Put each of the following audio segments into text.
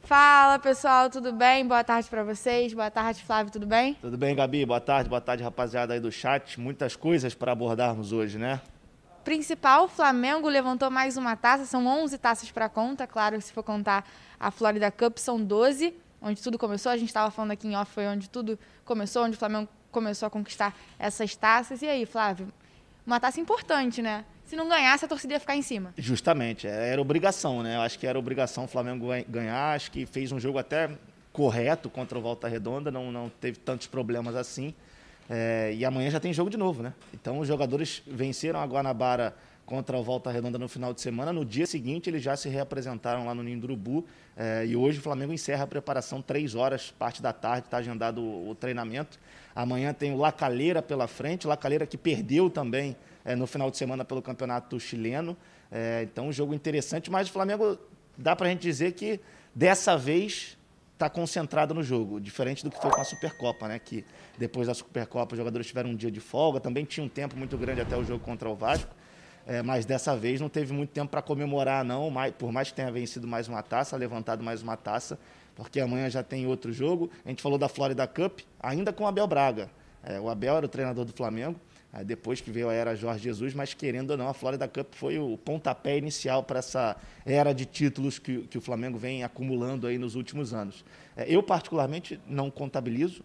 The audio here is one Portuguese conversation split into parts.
Fala, pessoal, tudo bem? Boa tarde para vocês. Boa tarde, Flávio, tudo bem? Tudo bem, Gabi? Boa tarde, rapaziada aí do chat. Muitas coisas para abordarmos hoje, né? Principal, o Flamengo levantou mais uma taça, são 11 taças para conta, claro, se for contar a Florida Cup, são 12, onde tudo começou. A gente estava falando aqui em off, foi onde tudo começou, onde o Flamengo começou a conquistar essas taças. E aí, Flávio? Uma taça importante, né? Se não ganhasse, a torcida ia ficar em cima. Justamente, era obrigação, né? Eu acho que era obrigação o Flamengo ganhar, acho que fez um jogo até correto contra o Volta Redonda, não teve tantos problemas assim. E amanhã já tem jogo de novo, né? Então os jogadores venceram a Guanabara contra o Volta Redonda no final de semana. No dia seguinte eles já se reapresentaram lá no Ninho do Urubu. E hoje o Flamengo encerra a preparação 3 horas, parte da tarde, está agendado o treinamento. Amanhã tem o La Calera pela frente, o La Calera que perdeu também no final de semana pelo campeonato chileno. Então um jogo interessante, mas o Flamengo dá para a gente dizer que dessa vez está concentrado no jogo, diferente do que foi com a Supercopa, né? Que depois da Supercopa os jogadores tiveram um dia de folga, também tinha um tempo muito grande até o jogo contra o Vasco, mas dessa vez não teve muito tempo para comemorar, não, por mais que tenha vencido mais uma taça, levantado mais uma taça, porque amanhã já tem outro jogo. A gente falou da Florida Cup, ainda com o Abel Braga. O Abel era o treinador do Flamengo, depois que veio a era Jorge Jesus, mas querendo ou não, a Florida Cup foi o pontapé inicial para essa era de títulos que o Flamengo vem acumulando aí nos últimos anos. Eu, particularmente, não contabilizo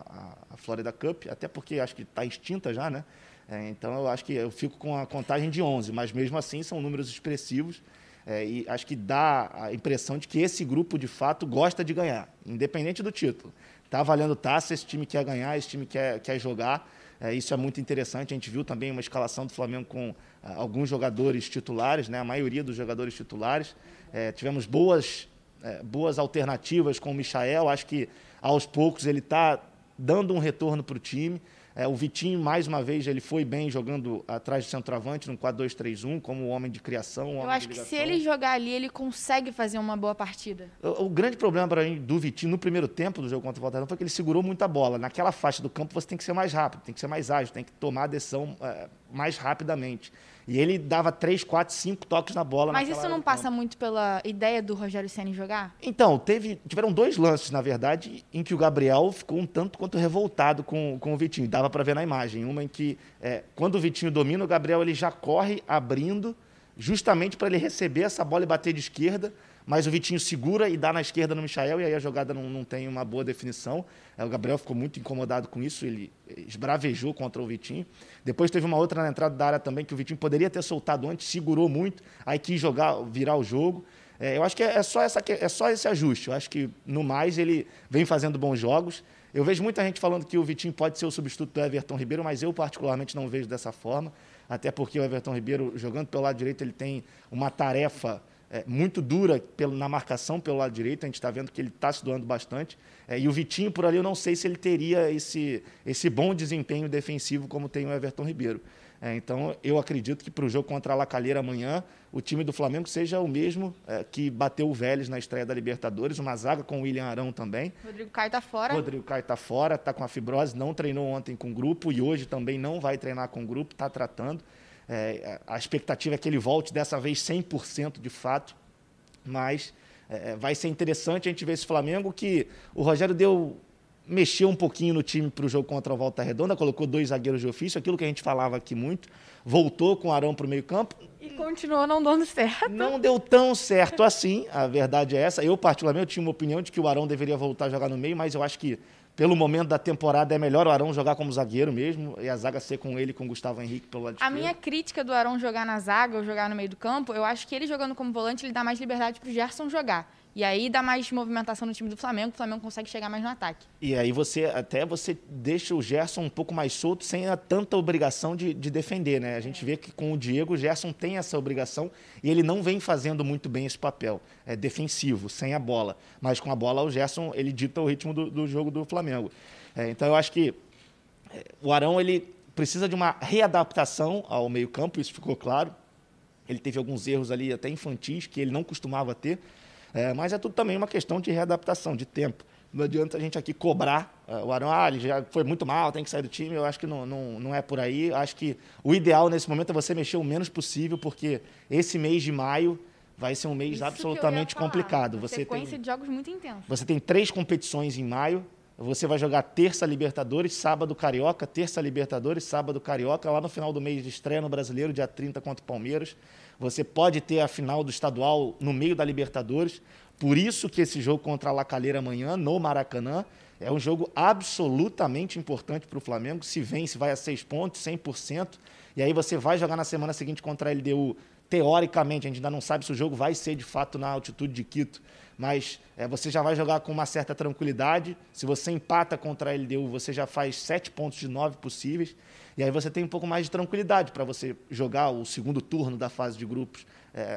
a Florida Cup, até porque acho que está extinta já, né? Então, eu acho que eu fico com a contagem de 11, mas mesmo assim são números expressivos e acho que dá a impressão de que esse grupo, de fato, gosta de ganhar, independente do título. Está valendo taça, esse time quer ganhar, esse time quer jogar. Isso é muito interessante. A gente viu também uma escalação do Flamengo com alguns jogadores titulares, né? A maioria dos jogadores titulares. Tivemos boas alternativas com o Michael. Acho que, aos poucos, ele está dando um retorno para o time. O Vitinho, mais uma vez, ele foi bem jogando atrás do centroavante, no 4-2-3-1, como homem de criação, Eu acho que se ele jogar ali, ele consegue fazer uma boa partida. O grande problema para mim do Vitinho no primeiro tempo do jogo contra o Volta Redonda foi que ele segurou muita bola. Naquela faixa do campo você tem que ser mais rápido, tem que ser mais ágil, tem que tomar a decisão mais rapidamente. E ele dava 3, 4, 5 toques na bola. Mas isso não passa muito pela ideia do Rogério Ceni jogar? Então, tiveram 2 lances, na verdade, em que o Gabriel ficou um tanto quanto revoltado com o Vitinho. Dava para ver na imagem. Uma em que, quando o Vitinho domina, o Gabriel ele já corre abrindo, justamente para ele receber essa bola e bater de esquerda, mas o Vitinho segura e dá na esquerda no Michael, e aí a jogada não tem uma boa definição. O Gabriel ficou muito incomodado com isso, ele esbravejou contra o Vitinho. Depois teve uma outra na entrada da área também, que o Vitinho poderia ter soltado antes, segurou muito, aí quis virar o jogo. Eu acho que é só esse ajuste. Eu acho que, no mais, ele vem fazendo bons jogos. Eu vejo muita gente falando que o Vitinho pode ser o substituto do Everton Ribeiro, mas eu, particularmente, não vejo dessa forma, até porque o Everton Ribeiro, jogando pelo lado direito, ele tem uma tarefa muito dura na marcação pelo lado direito. A gente está vendo que ele está se doando bastante. E o Vitinho, por ali, eu não sei se ele teria esse bom desempenho defensivo como tem o Everton Ribeiro. Então, eu acredito que para o jogo contra a La Calera amanhã, o time do Flamengo seja o mesmo que bateu o Vélez na estreia da Libertadores, uma zaga com o William Arão também. Rodrigo Caio está fora. Rodrigo Caio está fora, está com a fibrose, não treinou ontem com o grupo e hoje também não vai treinar com o grupo, está tratando. A expectativa é que ele volte dessa vez 100% de fato, mas vai ser interessante a gente ver esse Flamengo que o Rogério mexeu um pouquinho no time para o jogo contra o Volta Redonda, colocou 2 zagueiros de ofício, aquilo que a gente falava aqui muito, voltou com o Arão para o meio campo. E continuou não dando certo. Não deu tão certo assim, a verdade é essa. Eu, particularmente, tinha uma opinião de que o Arão deveria voltar a jogar no meio, mas eu acho que, pelo momento da temporada, é melhor o Arão jogar como zagueiro mesmo, e a zaga ser com ele, com o Gustavo Henrique pelo lado esquerdo. A minha crítica do Arão jogar na zaga ou jogar no meio do campo, eu acho que ele jogando como volante, ele dá mais liberdade para o Gerson jogar. E aí dá mais movimentação no time do Flamengo, o Flamengo consegue chegar mais no ataque. E aí você deixa o Gerson um pouco mais solto, sem tanta obrigação de defender, né? A gente vê que com o Diego, o Gerson tem essa obrigação e ele não vem fazendo muito bem esse papel defensivo, sem a bola. Mas com a bola, o Gerson ele dita o ritmo do jogo do Flamengo. Então eu acho que o Arão ele precisa de uma readaptação ao meio-campo, isso ficou claro. Ele teve alguns erros ali até infantis que ele não costumava ter. Mas é tudo também uma questão de readaptação, de tempo. Não adianta a gente aqui cobrar o Arão, ele já foi muito mal, tem que sair do time. Eu acho que não é por aí. Eu acho que o ideal nesse momento é você mexer o menos possível, porque esse mês de maio vai ser um mês Isso que eu ia absolutamente falar. complicado. Uma sequência de jogos muito intensos. Você tem 3 competições em maio. Você vai jogar terça Libertadores, sábado Carioca, terça Libertadores, sábado Carioca. Lá no final do mês de estreia no Brasileiro, dia 30 contra o Palmeiras. Você pode ter a final do estadual no meio da Libertadores. Por isso que esse jogo contra a La Calera amanhã, no Maracanã, é um jogo absolutamente importante para o Flamengo. Se vence, vai a 6 pontos, 100%. E aí você vai jogar na semana seguinte contra a LDU. Teoricamente, a gente ainda não sabe se o jogo vai ser de fato na altitude de Quito, mas você já vai jogar com uma certa tranquilidade. Se você empata contra a LDU, você já faz 7 pontos de 9 possíveis, e aí você tem um pouco mais de tranquilidade para você jogar o segundo turno da fase de grupos,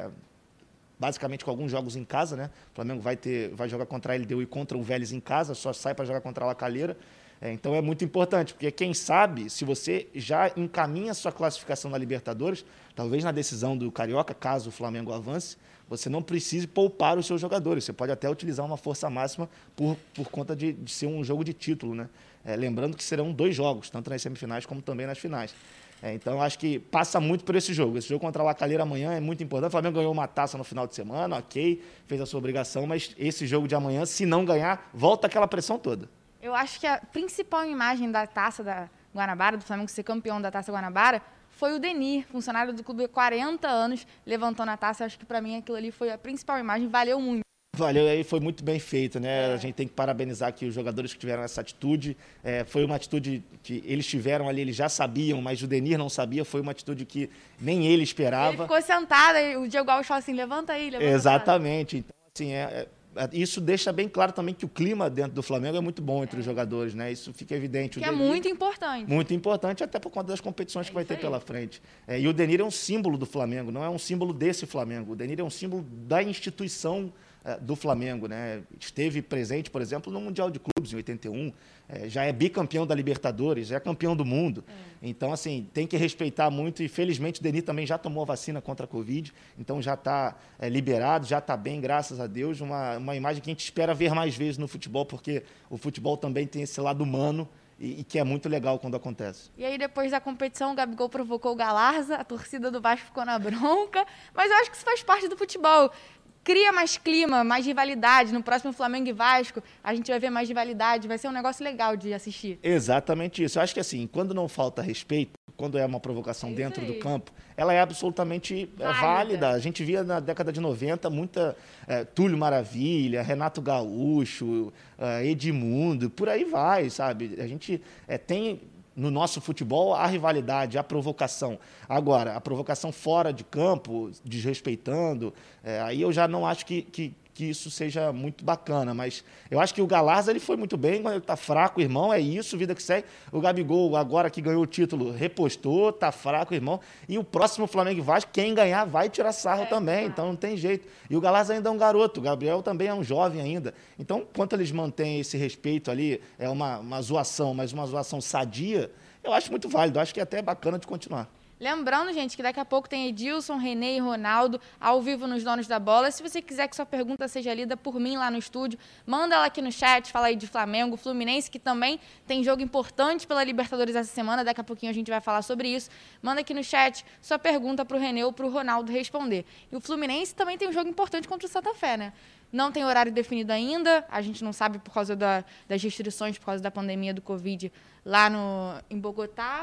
basicamente com alguns jogos em casa, né? O Flamengo vai jogar contra a LDU e contra o Vélez em casa, só sai para jogar contra a La Calera. Então é muito importante, porque quem sabe, se você já encaminha a sua classificação na Libertadores, talvez na decisão do Carioca, caso o Flamengo avance, você não precise poupar os seus jogadores. Você pode até utilizar uma força máxima por conta de ser um jogo de título, né? Lembrando que serão 2 jogos, tanto nas semifinais como também nas finais. Então, acho que passa muito por esse jogo. Esse jogo contra a La Calera amanhã é muito importante. O Flamengo ganhou uma taça no final de semana, ok, fez a sua obrigação, mas esse jogo de amanhã, se não ganhar, volta aquela pressão toda. Eu acho que a principal imagem da Taça da Guanabara, do Flamengo ser campeão da Taça Guanabara, foi o Denir, funcionário do clube há 40 anos, levantando a taça. Eu acho que, para mim, aquilo ali foi a principal imagem. Valeu muito. Valeu, aí foi muito bem feito, né? A gente tem que parabenizar aqui os jogadores que tiveram essa atitude. Foi uma atitude que eles tiveram ali, eles já sabiam, mas o Denir não sabia. Foi uma atitude que nem ele esperava. Ele ficou sentado e o Diego Alves falou assim, levanta aí, levanta. Exatamente. Então, assim, isso deixa bem claro também que o clima dentro do Flamengo é muito bom entre os jogadores, né? Isso fica evidente. Que é muito importante. Muito importante, até por conta das competições que vai ter pela frente. E o Denir é um símbolo do Flamengo, não é um símbolo desse Flamengo. O Denir é um símbolo da instituição do Flamengo, né? Esteve presente, por exemplo, no Mundial de Clubes em 81, já é bicampeão da Libertadores, já é campeão do mundo. Então, assim, tem que respeitar muito, e felizmente o Denir também já tomou a vacina contra a Covid, então já está liberado, já está bem, graças a Deus. Uma imagem que a gente espera ver mais vezes no futebol, porque o futebol também tem esse lado humano, e que é muito legal quando acontece. E aí, depois da competição, o Gabigol provocou o Galarza, a torcida do Vasco ficou na bronca, mas eu acho que isso faz parte do futebol. Cria mais clima, mais rivalidade. No próximo Flamengo e Vasco, a gente vai ver mais rivalidade. Vai ser um negócio legal de assistir. Exatamente isso. Eu acho que, assim, quando não falta respeito, quando é uma provocação dentro do campo, ela é absolutamente válida. A gente via na década de 90 muita Túlio Maravilha, Renato Gaúcho, Edmundo, por aí vai, sabe? A gente tem no nosso futebol a rivalidade, a provocação. Agora, a provocação fora de campo, desrespeitando, aí eu já não acho que isso seja muito bacana, mas eu acho que o Galarza ele foi muito bem. Quando ele está fraco, irmão, é isso, vida que segue. O Gabigol, agora que ganhou o título, repostou, está fraco, irmão. E o próximo Flamengo e Vasco, quem ganhar vai tirar sarro também, então não tem jeito. E o Galarza ainda é um garoto, o Gabriel também é um jovem ainda. Então, enquanto eles mantêm esse respeito ali, é uma zoação, mas uma zoação sadia, eu acho muito válido, acho que é até bacana de continuar. Lembrando, gente, que daqui a pouco tem Edilson, Renê e Ronaldo ao vivo nos Donos da Bola. Se você quiser que sua pergunta seja lida por mim lá no estúdio, manda ela aqui no chat, fala aí de Flamengo, Fluminense, que também tem jogo importante pela Libertadores essa semana. Daqui a pouquinho a gente vai falar sobre isso. Manda aqui no chat sua pergunta para o Renê ou para o Ronaldo responder. E o Fluminense também tem um jogo importante contra o Santa Fé, né? Não tem horário definido ainda, a gente não sabe por causa das restrições, por causa da pandemia do Covid lá em Bogotá.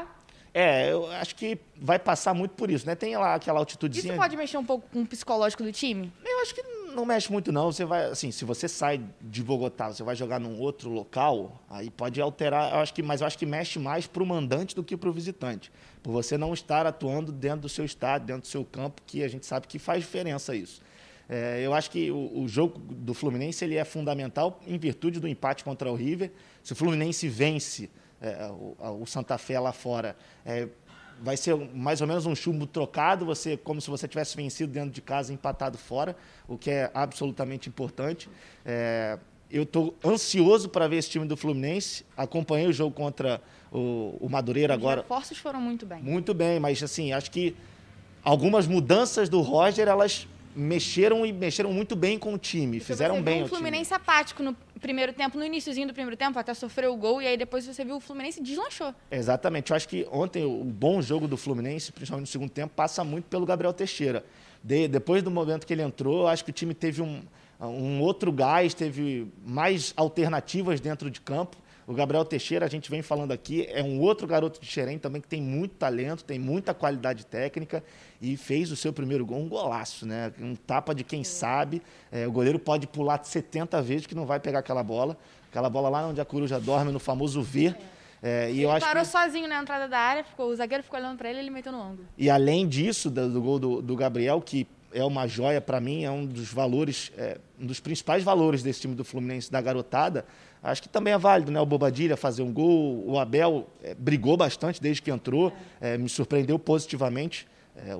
Eu acho que vai passar muito por isso, né? Tem lá aquela altitudezinha. Isso pode mexer um pouco com o psicológico do time? Eu acho que não mexe muito, não. Você vai, assim, se você sai de Bogotá, você vai jogar num outro local, aí pode alterar, mas eu acho que mexe mais para o mandante do que para o visitante. Por você não estar atuando dentro do seu estádio, dentro do seu campo, que a gente sabe que faz diferença isso. Eu acho que o jogo do Fluminense ele é fundamental em virtude do empate contra o River. Se o Fluminense vence o Santa Fé lá fora, vai ser mais ou menos um chumbo trocado, como se você tivesse vencido dentro de casa e empatado fora, o que é absolutamente importante. Eu estou ansioso para ver esse time do Fluminense. Acompanhei o jogo contra o Madureira agora. Os reforços foram muito bem. Muito bem, mas assim, acho que algumas mudanças do Roger, elas mexeram muito bem com o time, fizeram bem ao time. O Fluminense apático no primeiro tempo, no iniciozinho do primeiro tempo, até sofreu o gol, e aí depois você viu o Fluminense deslanchou. Exatamente. Eu acho que ontem o bom jogo do Fluminense, principalmente no segundo tempo, passa muito pelo Gabriel Teixeira. Depois do momento que ele entrou, eu acho que o time teve um outro gás, teve mais alternativas dentro de campo. O Gabriel Teixeira, a gente vem falando aqui, é um outro garoto de Xerém também que tem muito talento, tem muita qualidade técnica e fez o seu primeiro gol, um golaço, né? Um tapa de quem sabe. O goleiro pode pular 70 vezes que não vai pegar aquela bola. Aquela bola lá onde a coruja dorme, no famoso V. E eu acho parou sozinho na entrada da área, o zagueiro ficou olhando para ele e ele meteu no ângulo. E além disso, do gol do Gabriel, que é uma joia para mim, é um dos valores, um dos principais valores desse time do Fluminense, da garotada. Acho que também é válido, né? O Bobadilha fazer um gol, o Abel brigou bastante desde que entrou, me surpreendeu positivamente,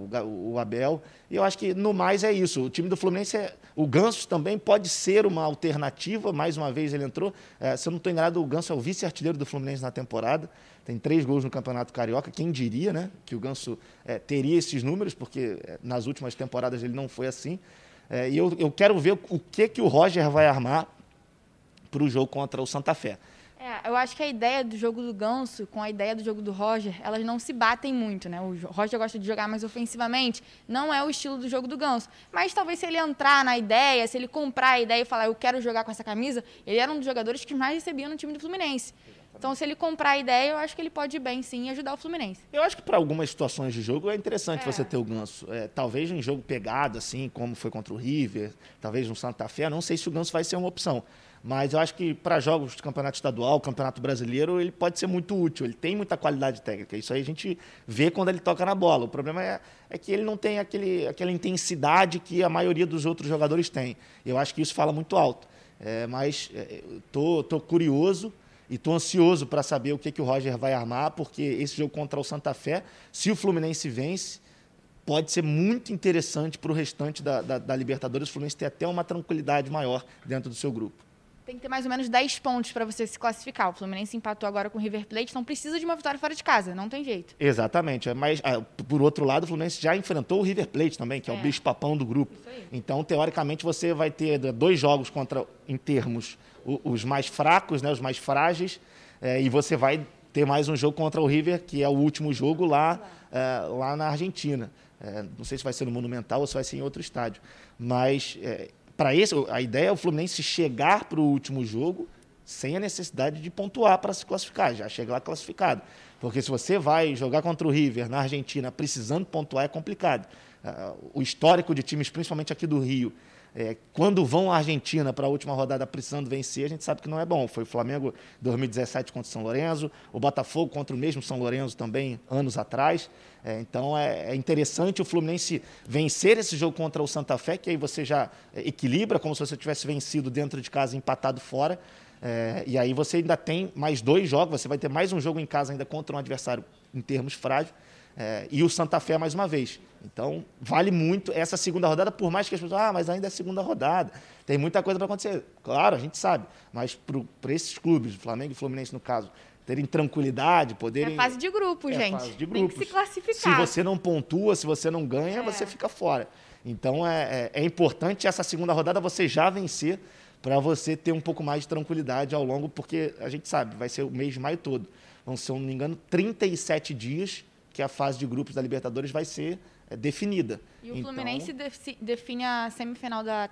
o Abel. E eu acho que, no mais, é isso. O time do Fluminense, o Ganso também pode ser uma alternativa, mais uma vez ele entrou. Se eu não estou enganado, o Ganso é o vice-artilheiro do Fluminense na temporada, tem 3 gols no Campeonato Carioca. Quem diria, né, que o Ganso teria esses números, porque nas últimas temporadas ele não foi assim. E eu quero ver o que o Roger vai armar para o jogo contra o Santa Fé. Eu acho que a ideia do jogo do Ganso com a ideia do jogo do Roger, elas não se batem muito, né? O Roger gosta de jogar mais ofensivamente, não é o estilo do jogo do Ganso. Mas talvez se ele entrar na ideia, se ele comprar a ideia e falar, eu quero jogar com essa camisa, ele era um dos jogadores que mais recebia no time do Fluminense. Então, se ele comprar a ideia, eu acho que ele pode ir bem, sim, e ajudar o Fluminense. Eu acho que para algumas situações de jogo é interessante você ter o Ganso. Talvez em jogo pegado, assim, como foi contra o River, talvez no Santa Fé, não sei se o Ganso vai ser uma opção. Mas eu acho que para jogos de campeonato estadual, campeonato brasileiro, ele pode ser muito útil. Ele tem muita qualidade técnica. Isso aí a gente vê quando ele toca na bola. O problema é que ele não tem aquela intensidade que a maioria dos outros jogadores tem. Eu acho que isso fala muito alto. Mas tô curioso e estou ansioso para saber o que o Roger vai armar, porque esse jogo contra o Santa Fé, se o Fluminense vence, pode ser muito interessante para o restante da Libertadores. O Fluminense ter até uma tranquilidade maior dentro do seu grupo. Tem que ter mais ou menos 10 pontos para você se classificar. O Fluminense empatou agora com o River Plate, então precisa de uma vitória fora de casa, não tem jeito. Exatamente. Mas, por outro lado, o Fluminense já enfrentou o River Plate também, que é o bicho-papão do grupo. Isso aí. Então, teoricamente, você vai ter 2 jogos em termos, os mais fracos, né, os mais frágeis, e você vai ter mais um jogo contra o River, que é o último jogo lá na Argentina. Não sei se vai ser no Monumental ou se vai ser em outro estádio. Mas... para a ideia é o Fluminense chegar para o último jogo sem a necessidade de pontuar para se classificar, já chega lá classificado. Porque se você vai jogar contra o River na Argentina precisando pontuar, é complicado. O histórico de times, principalmente aqui do Rio, quando vão à Argentina para a última rodada precisando vencer, a gente sabe que não é bom. Foi o Flamengo 2017 contra o São Lourenço, o Botafogo contra o mesmo São Lourenço também, anos atrás. Então, é interessante o Fluminense vencer esse jogo contra o Santa Fé, que aí você já equilibra, como se você tivesse vencido dentro de casa e empatado fora. E aí você ainda tem mais 2 jogos, você vai ter mais um jogo em casa ainda contra um adversário em termos frágeis. E o Santa Fé mais uma vez. Então, vale muito essa segunda rodada, por mais que as pessoas mas ainda é segunda rodada. Tem muita coisa para acontecer. Claro, a gente sabe. Mas para esses clubes, Flamengo e Fluminense, no caso, terem tranquilidade, poderem... É fase de grupo, gente. Fase de grupos. Tem que se classificar. Se você não pontua, se você não ganha, você fica fora. Então, é importante essa segunda rodada você já vencer para você ter um pouco mais de tranquilidade ao longo, porque a gente sabe, vai ser o mês de maio todo. Vão ser, se eu não me engano, 37 dias que a fase de grupos da Libertadores vai ser definida. E o Fluminense define a semifinal da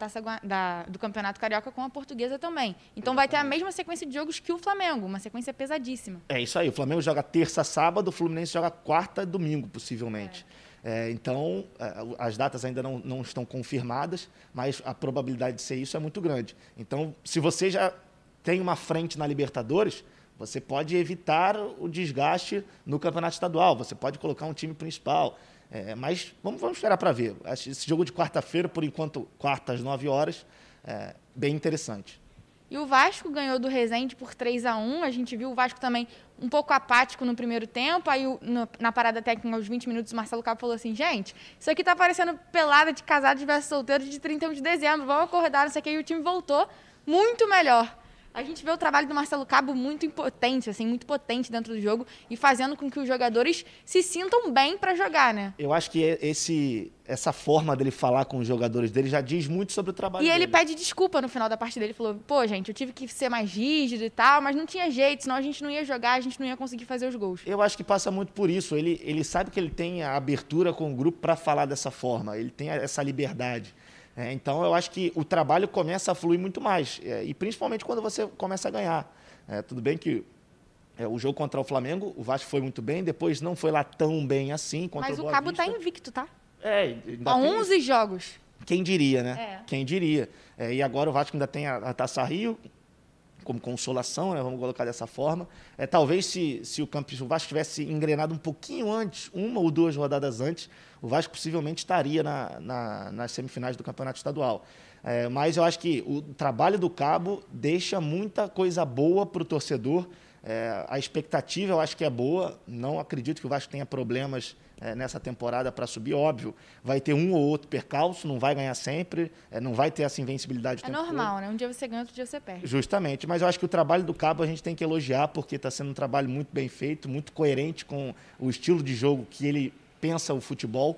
do Campeonato Carioca com a Portuguesa também. Então vai ter a mesma sequência de jogos que o Flamengo, uma sequência pesadíssima. É isso aí, o Flamengo joga terça, sábado, o Fluminense joga quarta e domingo, possivelmente. Então, as datas ainda não estão confirmadas, mas a probabilidade de ser isso é muito grande. Então, se você já tem uma frente na Libertadores, você pode evitar o desgaste no campeonato estadual, você pode colocar um time principal. Mas vamos esperar para ver. Esse jogo de quarta-feira, por enquanto, quarta às 9 horas, bem interessante. E o Vasco ganhou do Resende por 3-1. A gente viu o Vasco também um pouco apático no primeiro tempo. Aí, na parada técnica, aos 20 minutos, o Marcelo Cabo falou assim, gente, isso aqui tá parecendo pelada de casados versus solteiros de 31 de dezembro. Vamos acordar, não sei o que. E o time voltou muito melhor. A gente vê o trabalho do Marcelo Cabo muito impotente, assim, muito potente dentro do jogo e fazendo com que os jogadores se sintam bem para jogar, né? Eu acho que essa forma dele falar com os jogadores dele já diz muito sobre o trabalho E dele. ele pede desculpa no final da partida. Ele falou, pô, gente, eu tive que ser mais rígido e tal, mas não tinha jeito, senão a gente não ia jogar, a gente não ia conseguir fazer os gols. Eu acho que passa muito por isso. Ele sabe que ele tem a abertura com o grupo para falar dessa forma. Ele tem essa liberdade. Então, eu acho que o trabalho começa a fluir muito mais. E principalmente quando você começa a ganhar. Tudo bem que o jogo contra o Flamengo, o Vasco foi muito bem, depois não foi lá tão bem assim. Mas o Cabo tá invicto, tá? Ainda Há 11 jogos. Quem diria, né? Quem diria. E agora o Vasco ainda tem a Taça Rio como consolação, né? Vamos colocar dessa forma. Talvez se o Vasco tivesse engrenado um pouquinho antes, 1 ou 2 rodadas antes, o Vasco possivelmente estaria nas semifinais do Campeonato Estadual. Mas eu acho que o trabalho do Cabo deixa muita coisa boa para o torcedor. A expectativa eu acho que é boa. Não acredito que o Vasco tenha problemas nessa temporada para subir, óbvio. Vai ter um ou outro percalço, não vai ganhar sempre, não vai ter essa invencibilidade o tempo normal, todo. né? Um dia você ganha, outro dia você perde. Justamente, mas eu acho que o trabalho do Cabo a gente tem que elogiar, porque está sendo um trabalho muito bem feito, muito coerente com o estilo de jogo que ele pensa o futebol.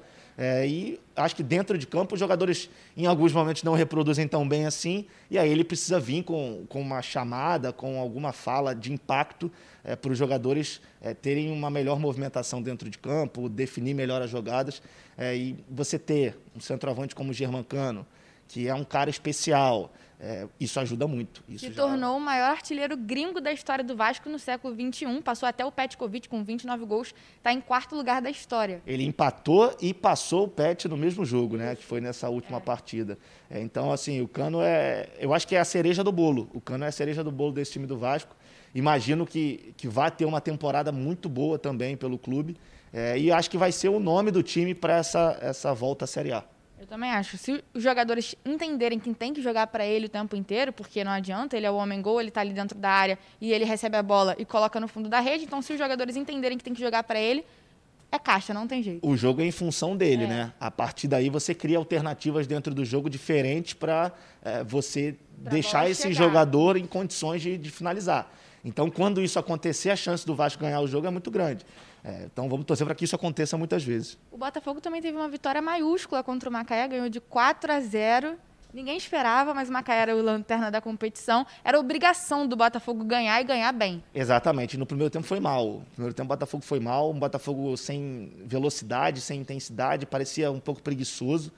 E acho que dentro de campo os jogadores em alguns momentos não reproduzem tão bem assim, e aí ele precisa vir com uma chamada, com alguma fala de impacto para os jogadores terem uma melhor movimentação dentro de campo, definir melhor as jogadas. E você ter um centroavante como o Germancano, que é um cara especial, isso ajuda muito. Se tornou o maior artilheiro gringo da história do Vasco no século XXI, passou até o Petkovic com 29 gols, está em 4º lugar da história. Ele empatou e passou o Pet no mesmo jogo, né? Que foi nessa última partida. Então, assim, o Cano eu acho que é a cereja do bolo. O Cano é a cereja do bolo desse time do Vasco. Imagino que vai ter uma temporada muito boa também pelo clube. E acho que vai ser o nome do time para essa volta à Série A. Eu também acho. Se os jogadores entenderem que tem que jogar para ele o tempo inteiro, porque não adianta, ele é o homem-gol, ele está ali dentro da área e ele recebe a bola e coloca no fundo da rede. Então, se os jogadores entenderem que tem que jogar para ele, é caixa, não tem jeito. O jogo é em função dele, né? A partir daí você cria alternativas dentro do jogo diferentes para você deixar esse jogador em condições de finalizar. Então, quando isso acontecer, a chance do Vasco ganhar o jogo é muito grande. Então, vamos torcer para que isso aconteça muitas vezes. O Botafogo também teve uma vitória maiúscula contra o Macaé, ganhou de 4-0. Ninguém esperava, mas o Macaé era o lanterna da competição. Era obrigação do Botafogo ganhar e ganhar bem. Exatamente. No primeiro tempo foi mal. No primeiro tempo o Botafogo foi mal, um Botafogo sem velocidade, sem intensidade, parecia um pouco preguiçoso.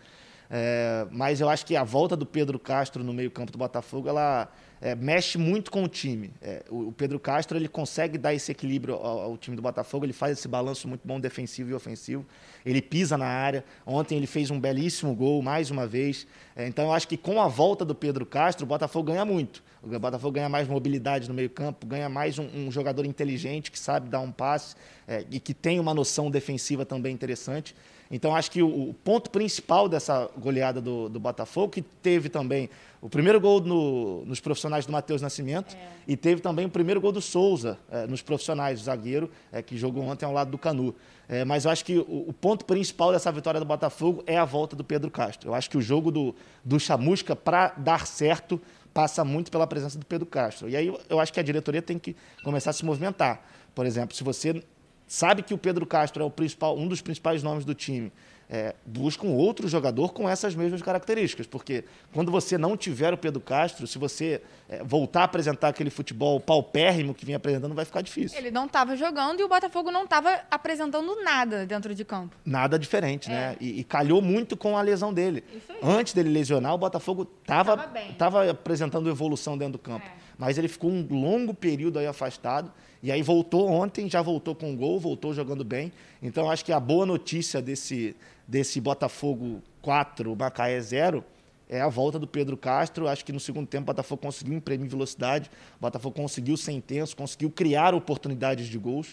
Mas eu acho que a volta do Pedro Castro no meio-campo do Botafogo, ela mexe muito com o time. O Pedro Castro ele consegue dar esse equilíbrio ao time do Botafogo, ele faz esse balanço muito bom defensivo e ofensivo, ele pisa na área. Ontem ele fez um belíssimo gol, mais uma vez. Então eu acho que com a volta do Pedro Castro, o Botafogo ganha muito. O Botafogo ganha mais mobilidade no meio-campo, ganha mais um jogador inteligente que sabe dar um passe e que tem uma noção defensiva também interessante. Então, acho que o ponto principal dessa goleada do Botafogo, que teve também o primeiro gol nos profissionais do Matheus Nascimento e teve também o primeiro gol do Souza nos profissionais, o zagueiro, que jogou ontem ao lado do Canu. Mas eu acho que o ponto principal dessa vitória do Botafogo é a volta do Pedro Castro. Eu acho que o jogo do Chamusca, para dar certo, passa muito pela presença do Pedro Castro. E aí eu acho que a diretoria tem que começar a se movimentar. Por exemplo, se você sabe que o Pedro Castro é um dos principais nomes do time, busca um outro jogador com essas mesmas características, porque quando você não tiver o Pedro Castro, se você voltar a apresentar aquele futebol paupérrimo que vinha apresentando, vai ficar difícil. Ele não estava jogando e o Botafogo não estava apresentando nada dentro de campo. Nada diferente, né? E calhou muito com a lesão dele. Antes dele lesionar, o Botafogo estava apresentando evolução dentro do campo. Mas ele ficou um longo período aí afastado, e aí voltou ontem, já voltou com gol, voltou jogando bem. Então, acho que a boa notícia desse Botafogo 4, Macaé 0, é a volta do Pedro Castro. Acho que no segundo tempo o Botafogo conseguiu imprimir velocidade, o Botafogo conseguiu ser intenso, conseguiu criar oportunidades de gols.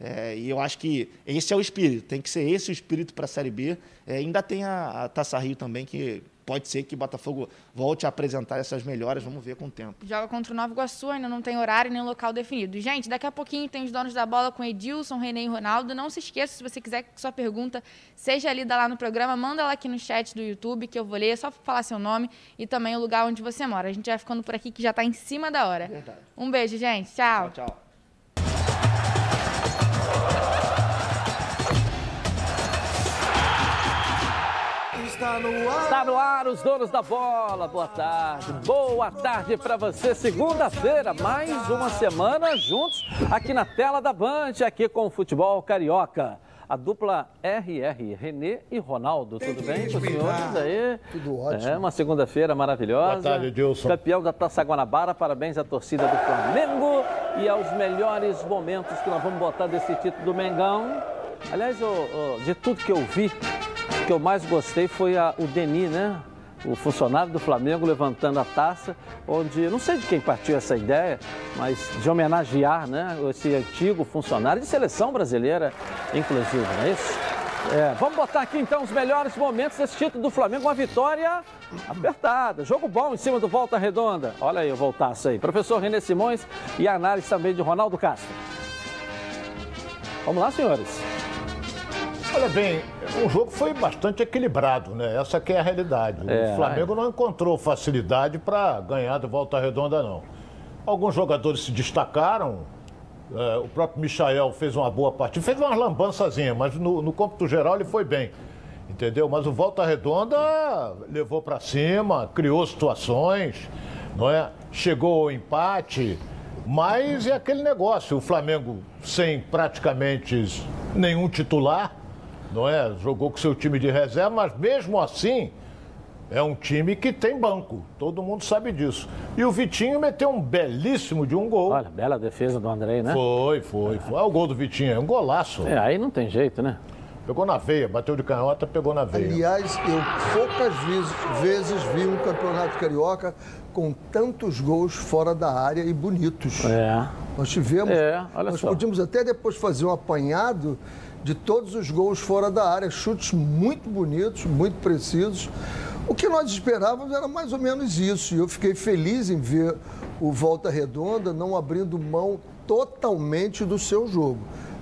E eu acho que esse é o espírito, tem que ser esse o espírito para a Série B. Ainda tem a Taça Rio também, que pode ser que o Botafogo volte a apresentar essas melhoras, vamos ver com o tempo. Joga contra o Nova Iguaçu, ainda não tem horário nem local definido. Gente, daqui a pouquinho tem os donos da bola com Edilson, René e Ronaldo. Não se esqueça, se você quiser que sua pergunta seja lida lá no programa, manda lá aqui no chat do YouTube que eu vou ler, é só falar seu nome e também o lugar onde você mora. A gente vai ficando por aqui que já está em cima da hora. Verdade. Um beijo, gente. Tchau. Tchau, tchau. Está no ar os donos da bola. Boa tarde. Boa tarde para você. Segunda-feira, mais uma semana juntos aqui na tela da Band, aqui com o Futebol Carioca. A dupla RR, René e Ronaldo. Tudo bem com os senhores aí? Tudo ótimo. É uma segunda-feira maravilhosa. Boa tarde, Edilson. Campeão da Taça Guanabara. Parabéns à torcida do Flamengo e aos melhores momentos que nós vamos botar desse título do Mengão. Aliás, de tudo que eu vi, o que eu mais gostei foi o Denis, né? O funcionário do Flamengo levantando a taça, onde, não sei de quem partiu essa ideia, mas de homenagear, né, esse antigo funcionário de seleção brasileira, inclusive, não é isso? Vamos botar aqui então os melhores momentos desse título do Flamengo, uma vitória apertada, jogo bom em cima do Volta Redonda. Olha aí o voltaço aí, professor René Simões e a análise também de Ronaldo Castro. Vamos lá, senhores. Olha bem, o jogo foi bastante equilibrado, né? Essa que é a realidade. O Flamengo não encontrou facilidade para ganhar de Volta Redonda, não. Alguns jogadores se destacaram, o próprio Michael fez uma boa partida, fez uma lambançazinha, mas no cômputo geral ele foi bem, entendeu? Mas o Volta Redonda levou para cima, criou situações, não é? Chegou ao empate, mas é aquele negócio, o Flamengo sem praticamente nenhum titular, não é? Jogou com seu time de reserva, mas mesmo assim é um time que tem banco. Todo mundo sabe disso. E o Vitinho meteu um belíssimo de um gol. Olha, bela defesa do Andrei, né? Foi. Olha o gol do Vitinho, é um golaço. Aí não tem jeito, né? Pegou na veia, bateu de canhota, pegou na veia. Aliás, eu poucas vezes vi um campeonato carioca com tantos gols fora da área e bonitos. Nós tivemos, nós podíamos até depois fazer um apanhado de todos os gols fora da área, chutes muito bonitos, muito precisos. O que nós esperávamos era mais ou menos isso, e eu fiquei feliz em ver o Volta Redonda não abrindo mão totalmente do seu jogo.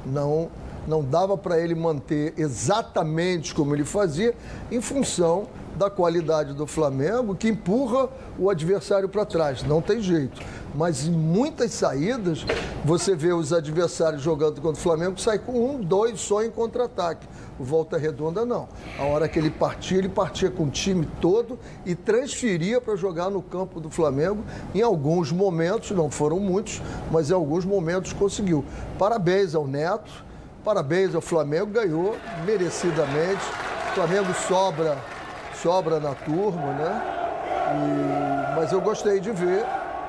Não dava para ele manter exatamente como ele fazia, em função da qualidade do Flamengo, que empurra o adversário para trás, não tem jeito. Mas em muitas saídas, você vê os adversários jogando contra o Flamengo, sai com 1, 2 só em contra-ataque. O Volta Redonda não. A hora que ele partia com o time todo e transferia para jogar no campo do Flamengo. Em alguns momentos, não foram muitos, mas em alguns momentos conseguiu. Parabéns ao Neto, parabéns ao Flamengo, ganhou merecidamente. O Flamengo sobra na turma, né? Mas eu gostei de ver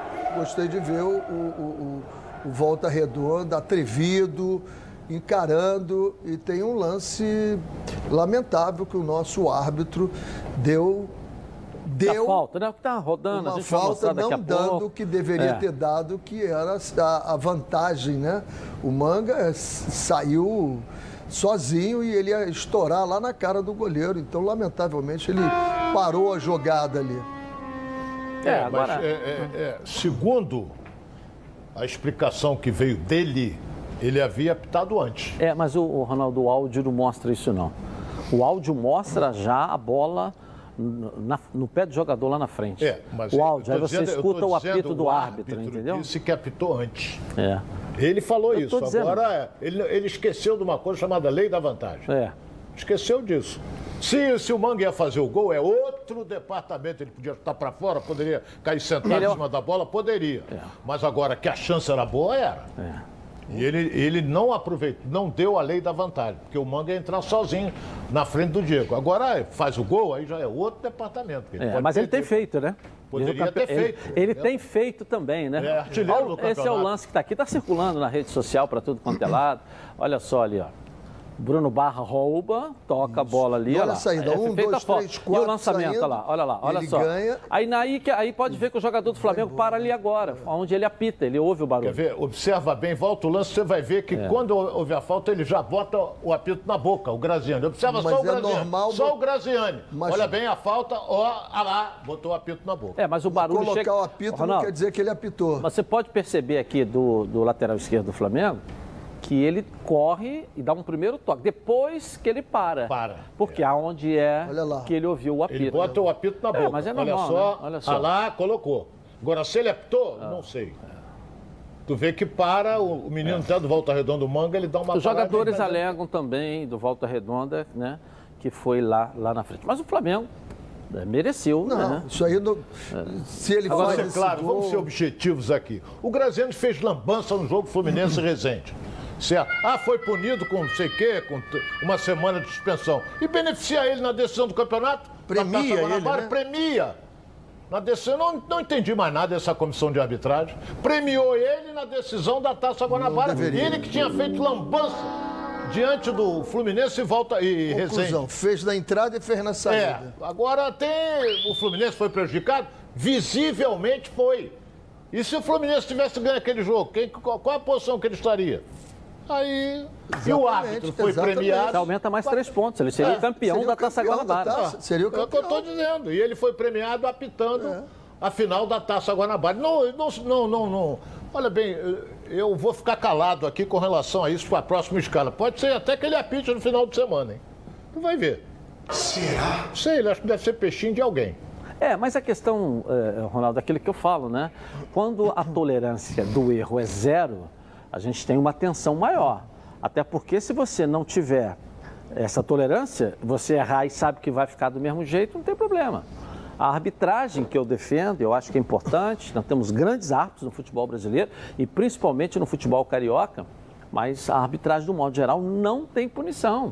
o Volta Redonda atrevido, encarando, e tem um lance lamentável que o nosso árbitro deu a falta, né? Tá rodando, uma a gente vai falta daqui a não dando pouco. o que deveria ter dado, que era a vantagem, né? O Manga saiu sozinho e ele ia estourar lá na cara do goleiro. Então, lamentavelmente, ele parou a jogada ali. Agora... segundo a explicação que veio dele, ele havia apitado antes. Mas o Ronaldo, o áudio não mostra isso, não. O áudio mostra já a bola no pé do jogador lá na frente. Mas o áudio, aí você escuta o apito do árbitro, entendeu? Disse que apitou antes. É. Ele falou isso. Dizendo. Agora, ele esqueceu de uma coisa chamada lei da vantagem. Esqueceu disso. Se o Manga ia fazer o gol, é outro departamento. Ele podia estar para fora, poderia cair sentado em cima da bola, poderia. Mas agora que a chance era boa, era. E ele não aproveitou, não deu a lei da vantagem, porque o Manga ia entrar sozinho na frente do Diego. Agora faz o gol, aí já é outro departamento. Mas ele tem feito, né? Poderia ter feito. Ele tem feito também, né? Artilheiro do campeonato. Esse é o lance que está aqui, está circulando na rede social para tudo quanto é lado. Olha só ali, ó. Bruno Barra rouba, toca a bola ali, olha a saída, 1, 2, 3, 4, e o lançamento, saindo, olha lá, olha só. Ganha. Aí pode ver que o jogador do Flamengo para ali agora, onde ele apita, ele ouve o barulho. Quer ver? Observa bem, volta o lance, você vai ver que quando houve a falta, ele já bota o apito na boca, o Graziani. Observa só o Graziani, normal, só o Graziani. Mas... olha bem a falta, lá, botou o apito na boca. Mas o barulho colocar chega... o apito Ronaldo, não quer dizer que ele apitou. Mas você pode perceber aqui do lateral esquerdo do Flamengo, que ele corre e dá um primeiro toque, depois que ele para. Porque aonde que ele ouviu o apito. Ele bota o apito na boca. Mas é normal, olha só, né? Olha só. Lá, colocou. Agora, se ele apitou, não sei. Tu vê que para, o menino tá do Volta Redonda, o Manga, ele dá uma... Os jogadores alegam também do Volta Redonda, né? Que foi lá na frente. Mas o Flamengo mereceu, né? Isso aí, se ele agora, faz claro, vamos ser objetivos aqui. O Graziani fez lambança no jogo Fluminense e Resende. Certo? Foi punido com não sei o quê, com uma semana de suspensão. E beneficia ele na decisão do campeonato? Premia ele, né? Premia. Na decisão, não entendi mais nada dessa comissão de arbitragem. Premiou ele na decisão da Taça Guanabara. Ele que tinha feito lambança diante do Fluminense e Resende. Fez na entrada e fez na saída. Agora o Fluminense foi prejudicado? Visivelmente foi. E se o Fluminense tivesse ganho aquele jogo, qual a posição que ele estaria? Aí, e o árbitro foi premiado. Aumenta mais 3 pontos, ele seria campeão da Taça Guanabara. Seria o campeão. É o que eu estou dizendo. E ele foi premiado apitando a final da Taça Guanabara. Não. Olha bem, eu vou ficar calado aqui com relação a isso para a próxima escala. Pode ser até que ele apite no final de semana, hein? Tu vai ver. Será? Sei, acho que deve ser peixinho de alguém. Mas a questão, Ronaldo, aquilo que eu falo, né? Quando a tolerância do erro é 0, a gente tem uma tensão maior. Até porque se você não tiver essa tolerância, você errar e sabe que vai ficar do mesmo jeito, não tem problema. A arbitragem que eu defendo, eu acho que é importante. Nós temos grandes árbitros no futebol brasileiro e principalmente no futebol carioca, mas a arbitragem, do modo geral, não tem punição.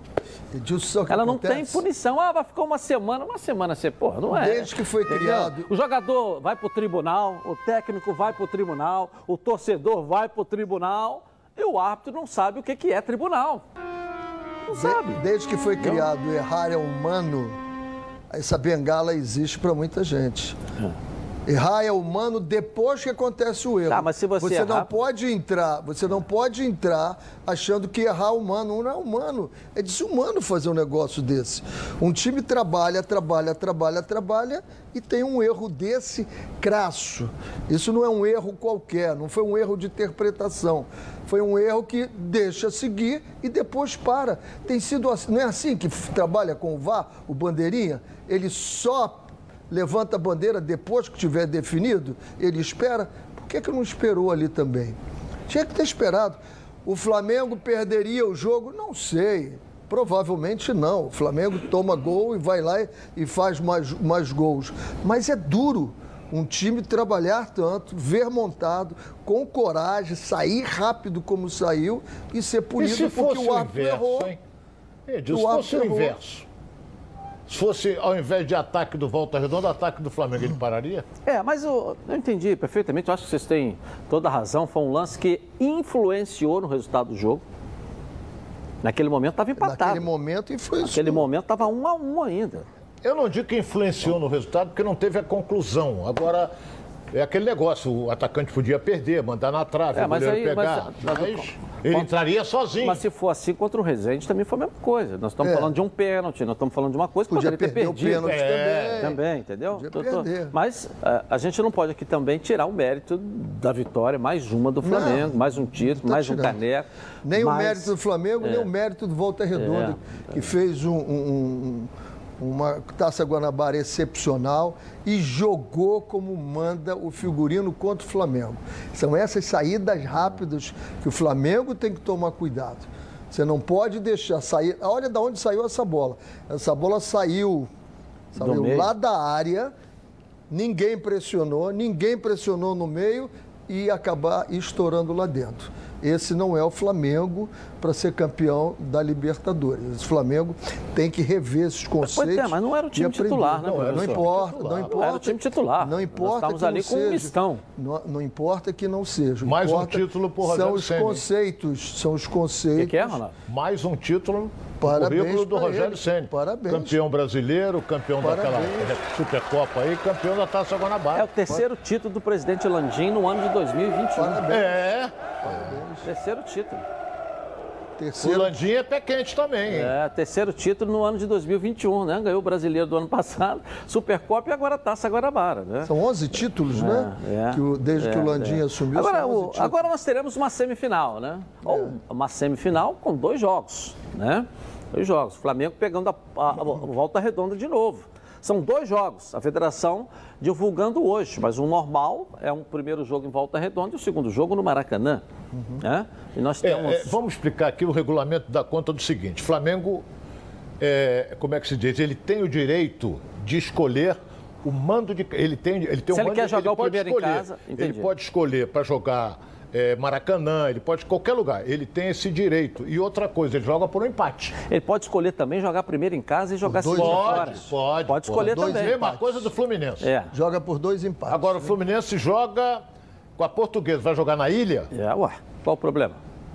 Ela não tem punição. Vai ficar uma semana você, porra, não é. Desde que foi criado. O jogador vai para o tribunal, o técnico vai para o tribunal, o torcedor vai para o tribunal e o árbitro não sabe o que é tribunal. Não sabe. Desde que foi criado, errar é humano, essa bengala existe para muita gente. Errar é humano depois que acontece o erro. Mas se você errar... você não pode entrar achando que errar é humano. Não é humano. É desumano fazer um negócio desse. Um time trabalha e tem um erro desse crasso. Isso não é um erro qualquer, não foi um erro de interpretação. Foi um erro que deixa seguir e depois para. Tem sido assim, não é assim que trabalha com o VAR, o bandeirinha? Ele só levanta a bandeira depois que tiver definido, ele espera. Por que não esperou ali também? Tinha que ter esperado. O Flamengo perderia o jogo? Não sei. Provavelmente não. O Flamengo toma gol e vai lá e faz mais gols. Mas é duro um time trabalhar tanto, ver montado, com coragem, sair rápido como saiu e ser punido porque o árbitro errou. Se fosse o inverso. Se fosse, ao invés de ataque do Volta Redonda, ataque do Flamengo, ele pararia? Mas eu entendi perfeitamente. Eu acho que vocês têm toda a razão. Foi um lance que influenciou no resultado do jogo. Naquele momento estava empatado. Naquele momento influenciou. Naquele momento estava 1-1 ainda. Eu não digo que influenciou no resultado, porque não teve a conclusão. Agora, é aquele negócio, o atacante podia perder, mandar na trave, o goleiro pegar. Mas ele entraria sozinho. Mas se for assim contra o Resende, também foi a mesma coisa. Nós estamos falando de um pênalti, nós estamos falando de uma coisa que poderia ter perdido. O pênalti também, entendeu? Perder. Mas a gente não pode aqui também tirar o mérito da vitória, mais uma do Flamengo, mais um título, mais um caneco. Nem o mérito do Flamengo, nem o mérito do Volta Redonda, que fez uma Taça Guanabara excepcional e jogou como manda o figurino contra o Flamengo. São essas saídas rápidas que o Flamengo tem que tomar cuidado. Você não pode deixar sair... Olha de onde saiu essa bola. Essa bola saiu lá da área, ninguém pressionou no meio, e acabar estourando lá dentro. Esse não é o Flamengo para ser campeão da Libertadores. Esse Flamengo tem que rever esses conceitos. Mas não era o time titular, né? Não importa. Não era o time titular. Não importa. Nós estamos ali com um mistão. Não importa que não seja. Mais um título por Rogério Ceni. São os conceitos. O que é, Ronaldo? Mais um título. Currículo do Rogério Ceni. Parabéns. Campeão brasileiro, campeão daquela Supercopa aí, campeão da Taça Guanabara. É o terceiro título do presidente Landim no ano de 2021. Parabéns. Terceiro título. O Landim é pé quente também, hein? Terceiro título no ano de 2021, né? Ganhou o brasileiro do ano passado, Supercopa e agora Taça Guanabara, né? São 11 títulos, né? Desde que o Landim assumiu. Agora nós teremos uma semifinal, né? Ou uma semifinal com 2 jogos, né? 2 jogos. O Flamengo pegando a Volta Redonda de novo. São 2 jogos, a federação divulgando hoje, mas o normal é um primeiro jogo em Volta Redonda e o segundo jogo no Maracanã. Né? E nós temos... vamos explicar aqui o regulamento da conta do seguinte: Flamengo, como é que se diz? Ele tem o direito de escolher o mando de... Ele tem se ele quer jogar o primeiro em casa, ele pode escolher para jogar Maracanã, ele pode qualquer lugar, ele tem esse direito. E outra coisa, ele joga por um empate. Ele pode escolher também jogar primeiro em casa e jogar segundo fora. Pode escolher também. Mesma coisa do Fluminense. Joga por 2 empates. Agora o Fluminense joga com a Portuguesa, vai jogar na ilha? Qual o problema?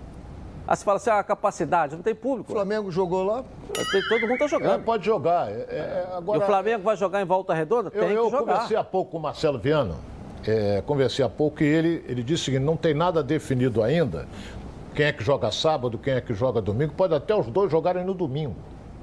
Você fala assim, a capacidade, não tem público. O Flamengo jogou lá? Todo mundo está jogando. Pode jogar. Agora, e o Flamengo vai jogar em Volta Redonda? Tem que jogar. Eu conversei há pouco com o Marcelo Viana. Conversei há pouco e ele disse o seguinte: não tem nada definido ainda. Quem é que joga sábado, quem é que joga domingo. Pode até os 2 jogarem no domingo.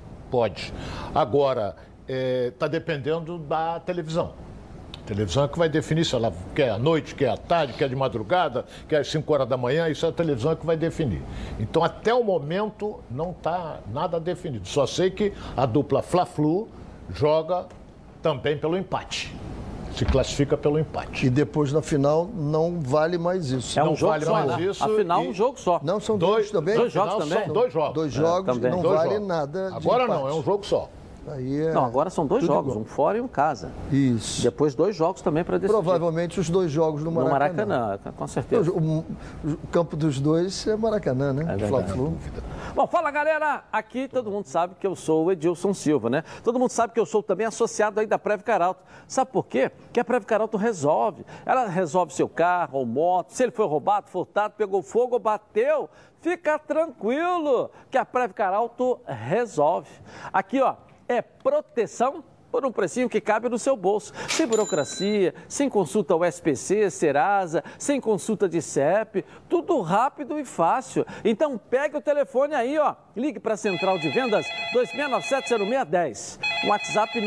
Pode. Agora, está dependendo da televisão. A televisão é que vai definir se ela quer à noite, quer à tarde, quer de madrugada, quer às 5 horas da manhã. Isso é a televisão que vai definir. Então, até o momento, não está nada definido. Só sei que a dupla Fla-Flu joga também pelo empate. Se classifica pelo empate. E depois, na final, não vale mais isso. Não vale mais isso. Afinal, um jogo só. Não, são 2 também? 2 jogos também? São 2 jogos. 2 jogos, não vale nada de Agora empate. não, é um jogo só. Não, agora são 2 jogos, um fora e um casa. Isso. Depois 2 jogos também para decidir. Provavelmente os 2 jogos no Maracanã. No Maracanã, com certeza. O campo dos 2 é Maracanã, né? Fla-Flu. Bom, fala galera, aqui todo mundo sabe que eu sou o Edilson Silva, né? Todo mundo sabe que eu sou também associado aí da Prev Caralto. Sabe por quê? Porque a Prev Caralto resolve. Ela resolve seu carro ou moto, se ele foi roubado, furtado, pegou fogo ou bateu, fica tranquilo que a Prev Caralto resolve. Aqui, ó, é proteção por um precinho que cabe no seu bolso. Sem burocracia, sem consulta ao SPC, Serasa, sem consulta de CEP, tudo rápido e fácil. Então pegue o telefone aí, ó, ligue para a Central de Vendas 2697-0610, WhatsApp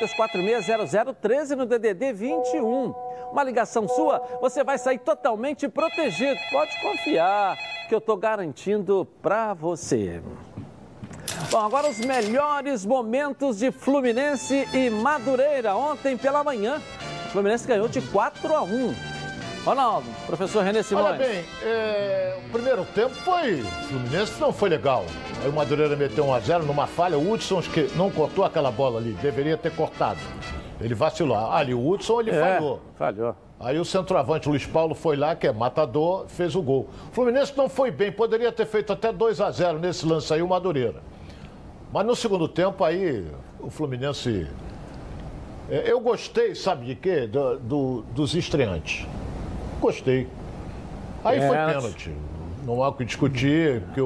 982460013 no DDD 21. Uma ligação sua, você vai sair totalmente protegido. Pode confiar que eu estou garantindo para você. Bom, agora os melhores momentos de Fluminense e Madureira. Ontem pela manhã, o Fluminense ganhou de 4-1. Ronaldo, professor René Simões. Olha bem, o primeiro tempo o Fluminense não foi legal. Aí o Madureira meteu 1-0 numa falha. O Hudson que não cortou aquela bola ali, deveria ter cortado. Ele vacilou. Ali o Hudson ele falhou. Aí o centroavante Luiz Paulo foi lá, que é matador, fez o gol. O Fluminense não foi bem, poderia ter feito até 2-0 nesse lance aí, o Madureira. Mas no segundo tempo aí, o Fluminense... Eu gostei, sabe de quê? Dos estreantes. Gostei. Aí foi pênalti. Não há o que discutir, porque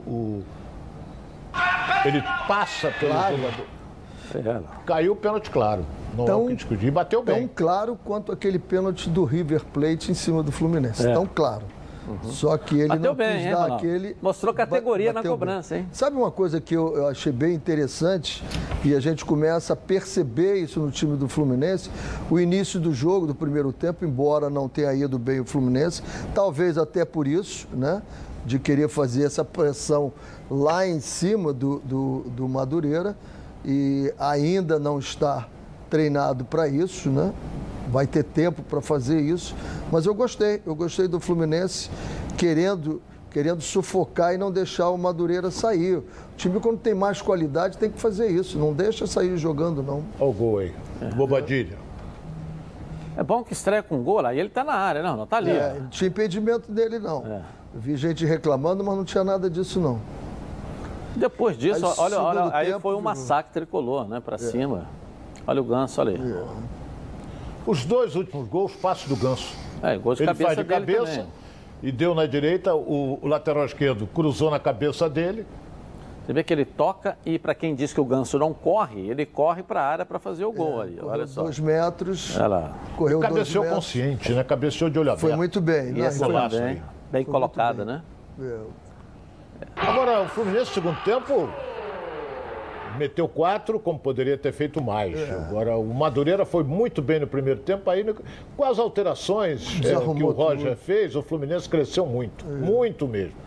ele passa pelo jogador. Caiu o pênalti, claro. Não há o que discutir. E bateu bem. Tão claro quanto aquele pênalti do River Plate em cima do Fluminense. Tão claro. Só que ele bateu não bem, quis dar aquele... Mostrou categoria na cobrança, hein? Sabe uma coisa que eu achei bem interessante e a gente começa a perceber isso no time do Fluminense? O início do jogo, do primeiro tempo, embora não tenha ido bem o Fluminense, talvez até por isso, né? De querer fazer essa pressão lá em cima do Madureira e ainda não está treinado para isso, né? Vai ter tempo para fazer isso, mas eu gostei do Fluminense querendo sufocar e não deixar o Madureira sair. O time, quando tem mais qualidade, tem que fazer isso, não deixa sair jogando, não. Olha o gol aí, Bobadilha. É bom que estreia com gol, aí ele tá na área, não tá ali. Não tinha impedimento dele, não. Eu vi gente reclamando, mas não tinha nada disso, não. Depois disso, olha aí foi um massacre tricolor, né, pra cima. Olha o Ganso, olha aí. Os 2 últimos gols, passe do Ganso. Gol de cabeça faz de cabeça também. E deu na direita, o lateral esquerdo cruzou na cabeça dele. Você vê que ele toca e, para quem diz que o Ganso não corre, ele corre para a área para fazer o gol ali. Olha só. 2 metros. Olha lá. Correu 2 metros. Cabeceou consciente, né? Cabeceou de olho aberto. Foi muito bem. E essa bem colocada, né? Agora, o Fluminense, no segundo tempo, meteu 4, como poderia ter feito mais. Agora, o Madureira foi muito bem no primeiro tempo. Aí, com as alterações que o Roger fez, o Fluminense cresceu muito. Muito mesmo.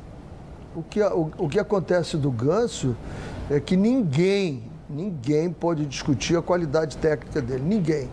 O que acontece do Ganso é que ninguém pode discutir a qualidade técnica dele. Ninguém.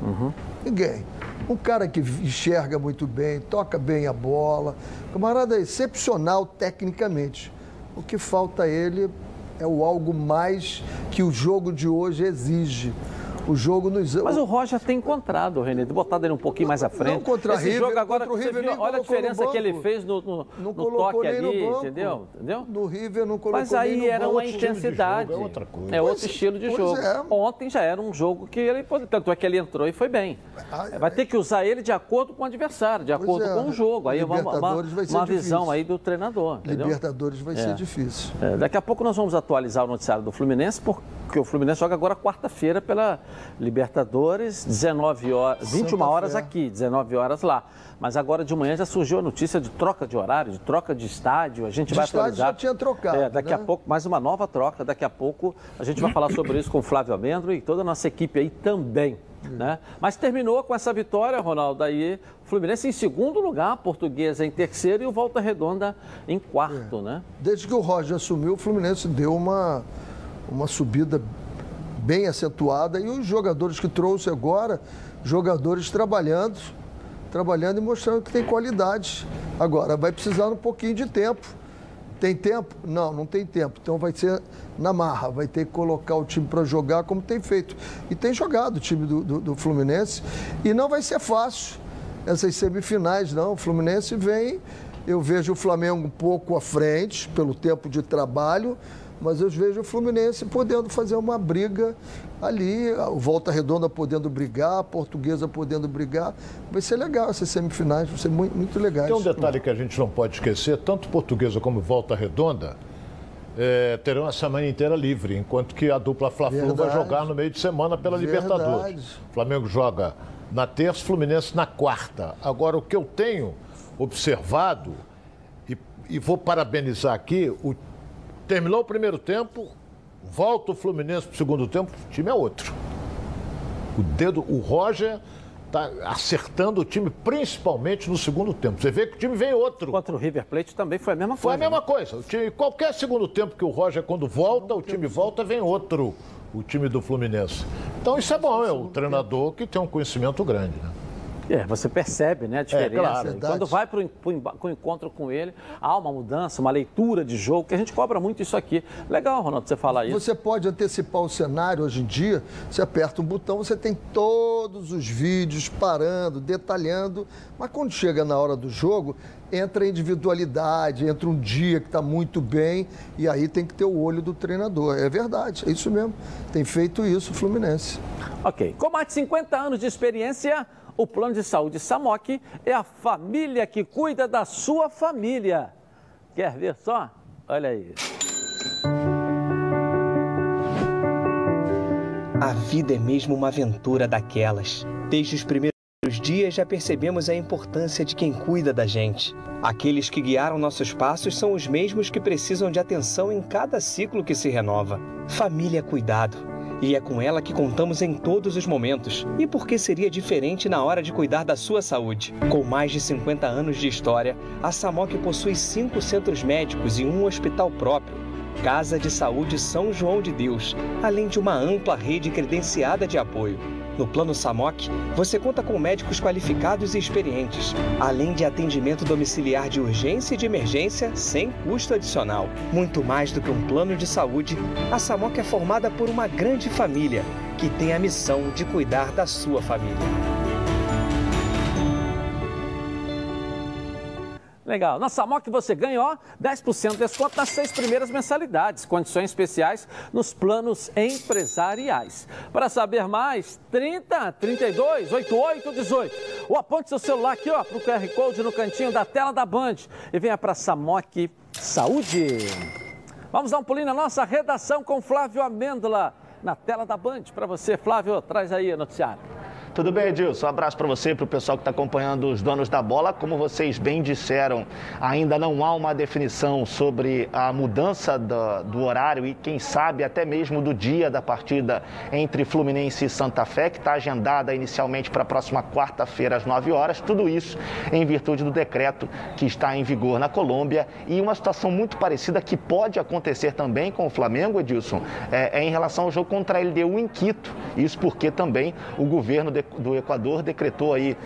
Um cara que enxerga muito bem, toca bem a bola. Camarada excepcional tecnicamente. O que falta a ele é o algo mais que o jogo de hoje exige. O jogo nos... Mas o Roger tem encontrado, Renê, botado ele um pouquinho mais à frente. Não contra esse River, jogo agora, contra o River, viu, olha a diferença que ele fez no toque ali, entendeu? No River não colocou. Mas aí nem no era uma intensidade. É outra coisa. É outro estilo de jogo. Ontem já era um jogo que ele pode. Tanto é que ele entrou e foi bem. Vai ter que usar ele de acordo com o adversário, de acordo com o jogo. Aí é uma visão aí do treinador. Entendeu? Libertadores vai ser difícil. Daqui a pouco nós vamos atualizar o noticiário do Fluminense, porque o Fluminense joga agora quarta-feira pela Libertadores, 19 horas, 21 horas aqui, 19 horas lá. Mas agora de manhã já surgiu a notícia de troca de horário, de troca de estádio. A gente vai atualizar. Já tinha trocado. Daqui a pouco, mais uma nova troca. Daqui a pouco a gente vai falar sobre isso com o Flávio Almendro e toda a nossa equipe aí também. Né? Mas terminou com essa vitória, Ronaldo, aí o Fluminense em segundo lugar, a Portuguesa em terceiro e o Volta Redonda em quarto, né? Desde que o Roger assumiu, o Fluminense deu uma subida bem acentuada e os jogadores que trouxe agora, jogadores trabalhando e mostrando que tem qualidade. Agora, vai precisar um pouquinho de tempo. Tem tempo? Não tem tempo. Então vai ser na marra, vai ter que colocar o time para jogar como tem feito. E tem jogado o time do Fluminense e não vai ser fácil essas semifinais, não. O Fluminense vem, eu vejo o Flamengo um pouco à frente pelo tempo de trabalho, mas eu vejo o Fluminense podendo fazer uma briga ali, o Volta Redonda podendo brigar, a Portuguesa podendo brigar. Vai ser legal essas semifinais, vão ser muito, muito legais. Tem um detalhe que a gente não pode esquecer, tanto Portuguesa como Volta Redonda terão a semana inteira livre, enquanto que a dupla Fla-Flu vai jogar no meio de semana pela Libertadores. O Flamengo joga na terça, Fluminense na quarta. Agora, o que eu tenho observado, e vou parabenizar aqui, terminou o primeiro tempo, volta o Fluminense para o segundo tempo, o time é outro. O Roger está acertando o time, principalmente no segundo tempo. Você vê que o time vem outro. Contra o River Plate também foi a mesma coisa. Foi a mesma coisa. Qualquer segundo tempo que o Roger, quando volta, o time volta, vem outro, o time do Fluminense. Então isso é bom, é o treinador que tem um conhecimento grande, né? Você percebe, né, a diferença. Claro. Quando vai para o encontro com ele, há uma mudança, uma leitura de jogo, que a gente cobra muito isso aqui. Legal, Ronaldo, você falar isso. Você pode antecipar o cenário hoje em dia, você aperta um botão, você tem todos os vídeos parando, detalhando, mas quando chega na hora do jogo, entra a individualidade, entra um dia que está muito bem, e aí tem que ter o olho do treinador. É verdade, é isso mesmo. Tem feito isso o Fluminense. Ok. Com mais de 50 anos de experiência, o Plano de Saúde Samok é a família que cuida da sua família. Quer ver só? Olha aí. A vida é mesmo uma aventura daquelas. Desde os primeiros dias já percebemos a importância de quem cuida da gente. Aqueles que guiaram nossos passos são os mesmos que precisam de atenção em cada ciclo que se renova. Família é cuidado. E é com ela que contamos em todos os momentos. E por que seria diferente na hora de cuidar da sua saúde? Com mais de 50 anos de história, a Samok possui 5 centros médicos e um hospital próprio, Casa de Saúde São João de Deus, além de uma ampla rede credenciada de apoio. No Plano Samok, você conta com médicos qualificados e experientes, além de atendimento domiciliar de urgência e de emergência sem custo adicional. Muito mais do que um plano de saúde, a Samok é formada por uma grande família que tem a missão de cuidar da sua família. Legal. Na Samok você ganha, ó, 10% de desconto nas 6 primeiras mensalidades. Condições especiais nos planos empresariais. Para saber mais, 30 32 88 18. Ou aponte seu celular aqui, ó, para o QR Code no cantinho da tela da Band. E venha para Samok Saúde. Vamos dar um pulinho na nossa redação com Flávio Amêndola. Na tela da Band. Para você, Flávio, traz aí o noticiário. Tudo bem, Edilson? Um abraço para você e para o pessoal que está acompanhando os donos da bola. Como vocês bem disseram, ainda não há uma definição sobre a mudança do horário e, quem sabe, até mesmo do dia da partida entre Fluminense e Santa Fé, que está agendada inicialmente para a próxima quarta-feira, às 9 horas. Tudo isso em virtude do decreto que está em vigor na Colômbia. E uma situação muito parecida que pode acontecer também com o Flamengo, Edilson, é em relação ao jogo contra a LDU em Quito. Isso porque também o governo do Equador decretou aí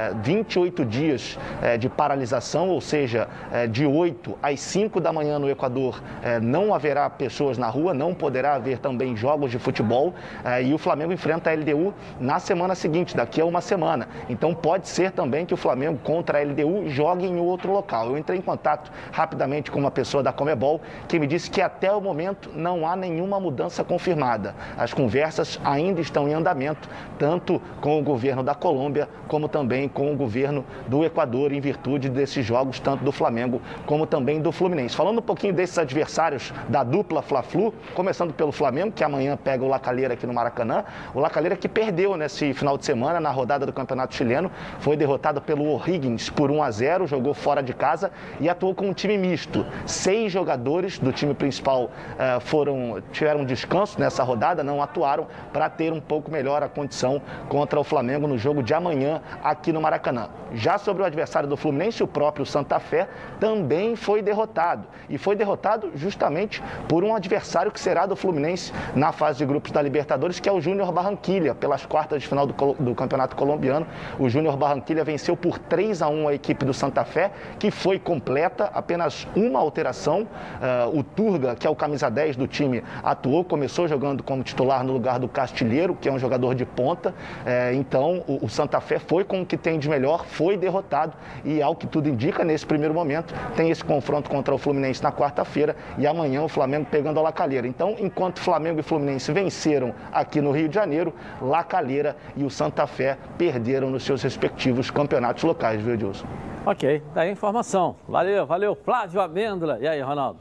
28 dias de paralisação, ou seja, de 8 às 5 da manhã no Equador não haverá pessoas na rua, não poderá haver também jogos de futebol e o Flamengo enfrenta a LDU na semana seguinte, daqui a uma semana. Então pode ser também que o Flamengo contra a LDU jogue em outro local. Eu entrei em contato rapidamente com uma pessoa da Conmebol que me disse que até o momento não há nenhuma mudança confirmada. As conversas ainda estão em andamento, tanto com o governo da Colômbia, como também com o governo do Equador, em virtude desses jogos, tanto do Flamengo como também do Fluminense. Falando um pouquinho desses adversários da dupla Fla-Flu, começando pelo Flamengo, que amanhã pega o La Calera aqui no Maracanã. O La Calera que perdeu nesse final de semana, na rodada do Campeonato Chileno, foi derrotado pelo O'Higgins por 1-0, jogou fora de casa e atuou com um time misto. 6 jogadores do time principal tiveram descanso nessa rodada, não atuaram, para ter um pouco melhor a condição contra o Flamengo no jogo de amanhã aqui no Maracanã. Já sobre o adversário do Fluminense, o próprio Santa Fé também foi derrotado. E foi derrotado justamente por um adversário que será do Fluminense na fase de grupos da Libertadores, que é o Júnior Barranquilla, pelas quartas de final do Campeonato Colombiano. O Júnior Barranquilla venceu por 3-1 a equipe do Santa Fé, que foi completa, apenas uma alteração. O Turga, que é o camisa 10 do time, atuou, começou jogando como titular no lugar do Castilheiro, que é um jogador de ponta. Então, o Santa Fé foi com o que tem de melhor, foi derrotado e, ao que tudo indica, nesse primeiro momento, tem esse confronto contra o Fluminense na quarta-feira e amanhã o Flamengo pegando a La Calera. Então, enquanto Flamengo e Fluminense venceram aqui no Rio de Janeiro, La Calera e o Santa Fé perderam nos seus respectivos campeonatos locais, viu, Edilson? Ok, daí a informação. Valeu, Flávio Amêndola. E aí, Ronaldo?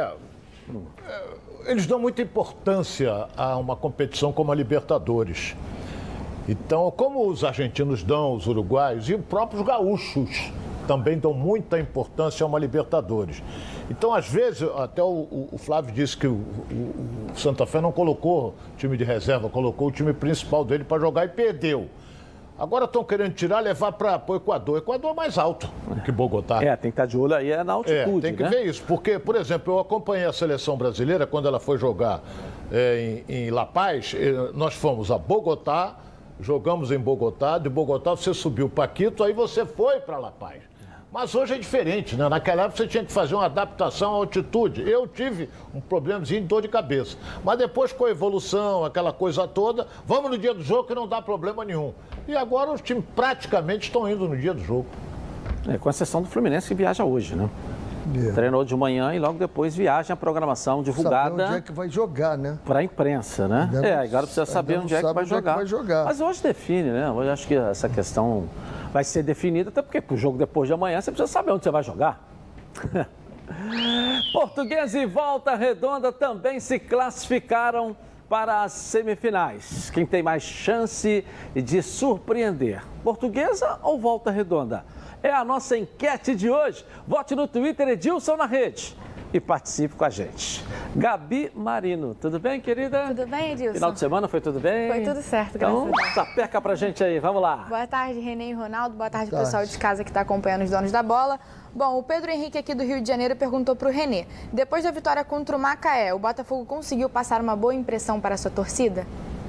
Eles dão muita importância a uma competição como a Libertadores. Então, como os argentinos dão, os uruguaios e os próprios gaúchos também dão muita importância a uma Libertadores. Então, às vezes, até o Flávio disse que o Santa Fé não colocou o time de reserva, colocou o time principal dele para jogar e perdeu. Agora estão querendo tirar, levar para o Equador. O Equador é mais alto que Bogotá. Tem que estar de olho aí na altitude, tem que ver isso. Porque, por exemplo, eu acompanhei a seleção brasileira quando ela foi jogar em La Paz. Nós fomos a Bogotá, jogamos em Bogotá. De Bogotá você subiu para Quito, aí você foi para La Paz. Mas hoje é diferente, né? Naquela época você tinha que fazer uma adaptação à altitude. Eu tive um problemazinho de dor de cabeça. Mas depois, com a evolução, aquela coisa toda, vamos no dia do jogo que não dá problema nenhum. E agora os times praticamente estão indo no dia do jogo. Com exceção do Fluminense, que viaja hoje, né? Treinou de manhã e logo depois viaja a programação divulgada. Saber onde é que vai jogar, né? Para a imprensa, né? Agora precisa saber onde é que vai jogar. Mas hoje define, né? Hoje acho que essa questão vai ser definida, até porque o jogo depois de amanhã você precisa saber onde você vai jogar. Portuguesa e Volta Redonda também se classificaram para as semifinais. Quem tem mais chance de surpreender? Portuguesa ou Volta Redonda? É a nossa enquete de hoje. Vote no Twitter Edilson na Rede e participe com a gente. Gabi Marino, tudo bem, querida? Tudo bem, Edilson? Final de semana foi tudo bem? Foi tudo certo, graças a Deus. Então, sapeca pra gente aí, vamos lá. Boa tarde, Renê e Ronaldo. Boa tarde, pessoal de casa que está acompanhando os donos da bola. Bom, o Pedro Henrique aqui do Rio de Janeiro perguntou para o Renê. Depois da vitória contra o Macaé, o Botafogo conseguiu passar uma boa impressão para a sua torcida?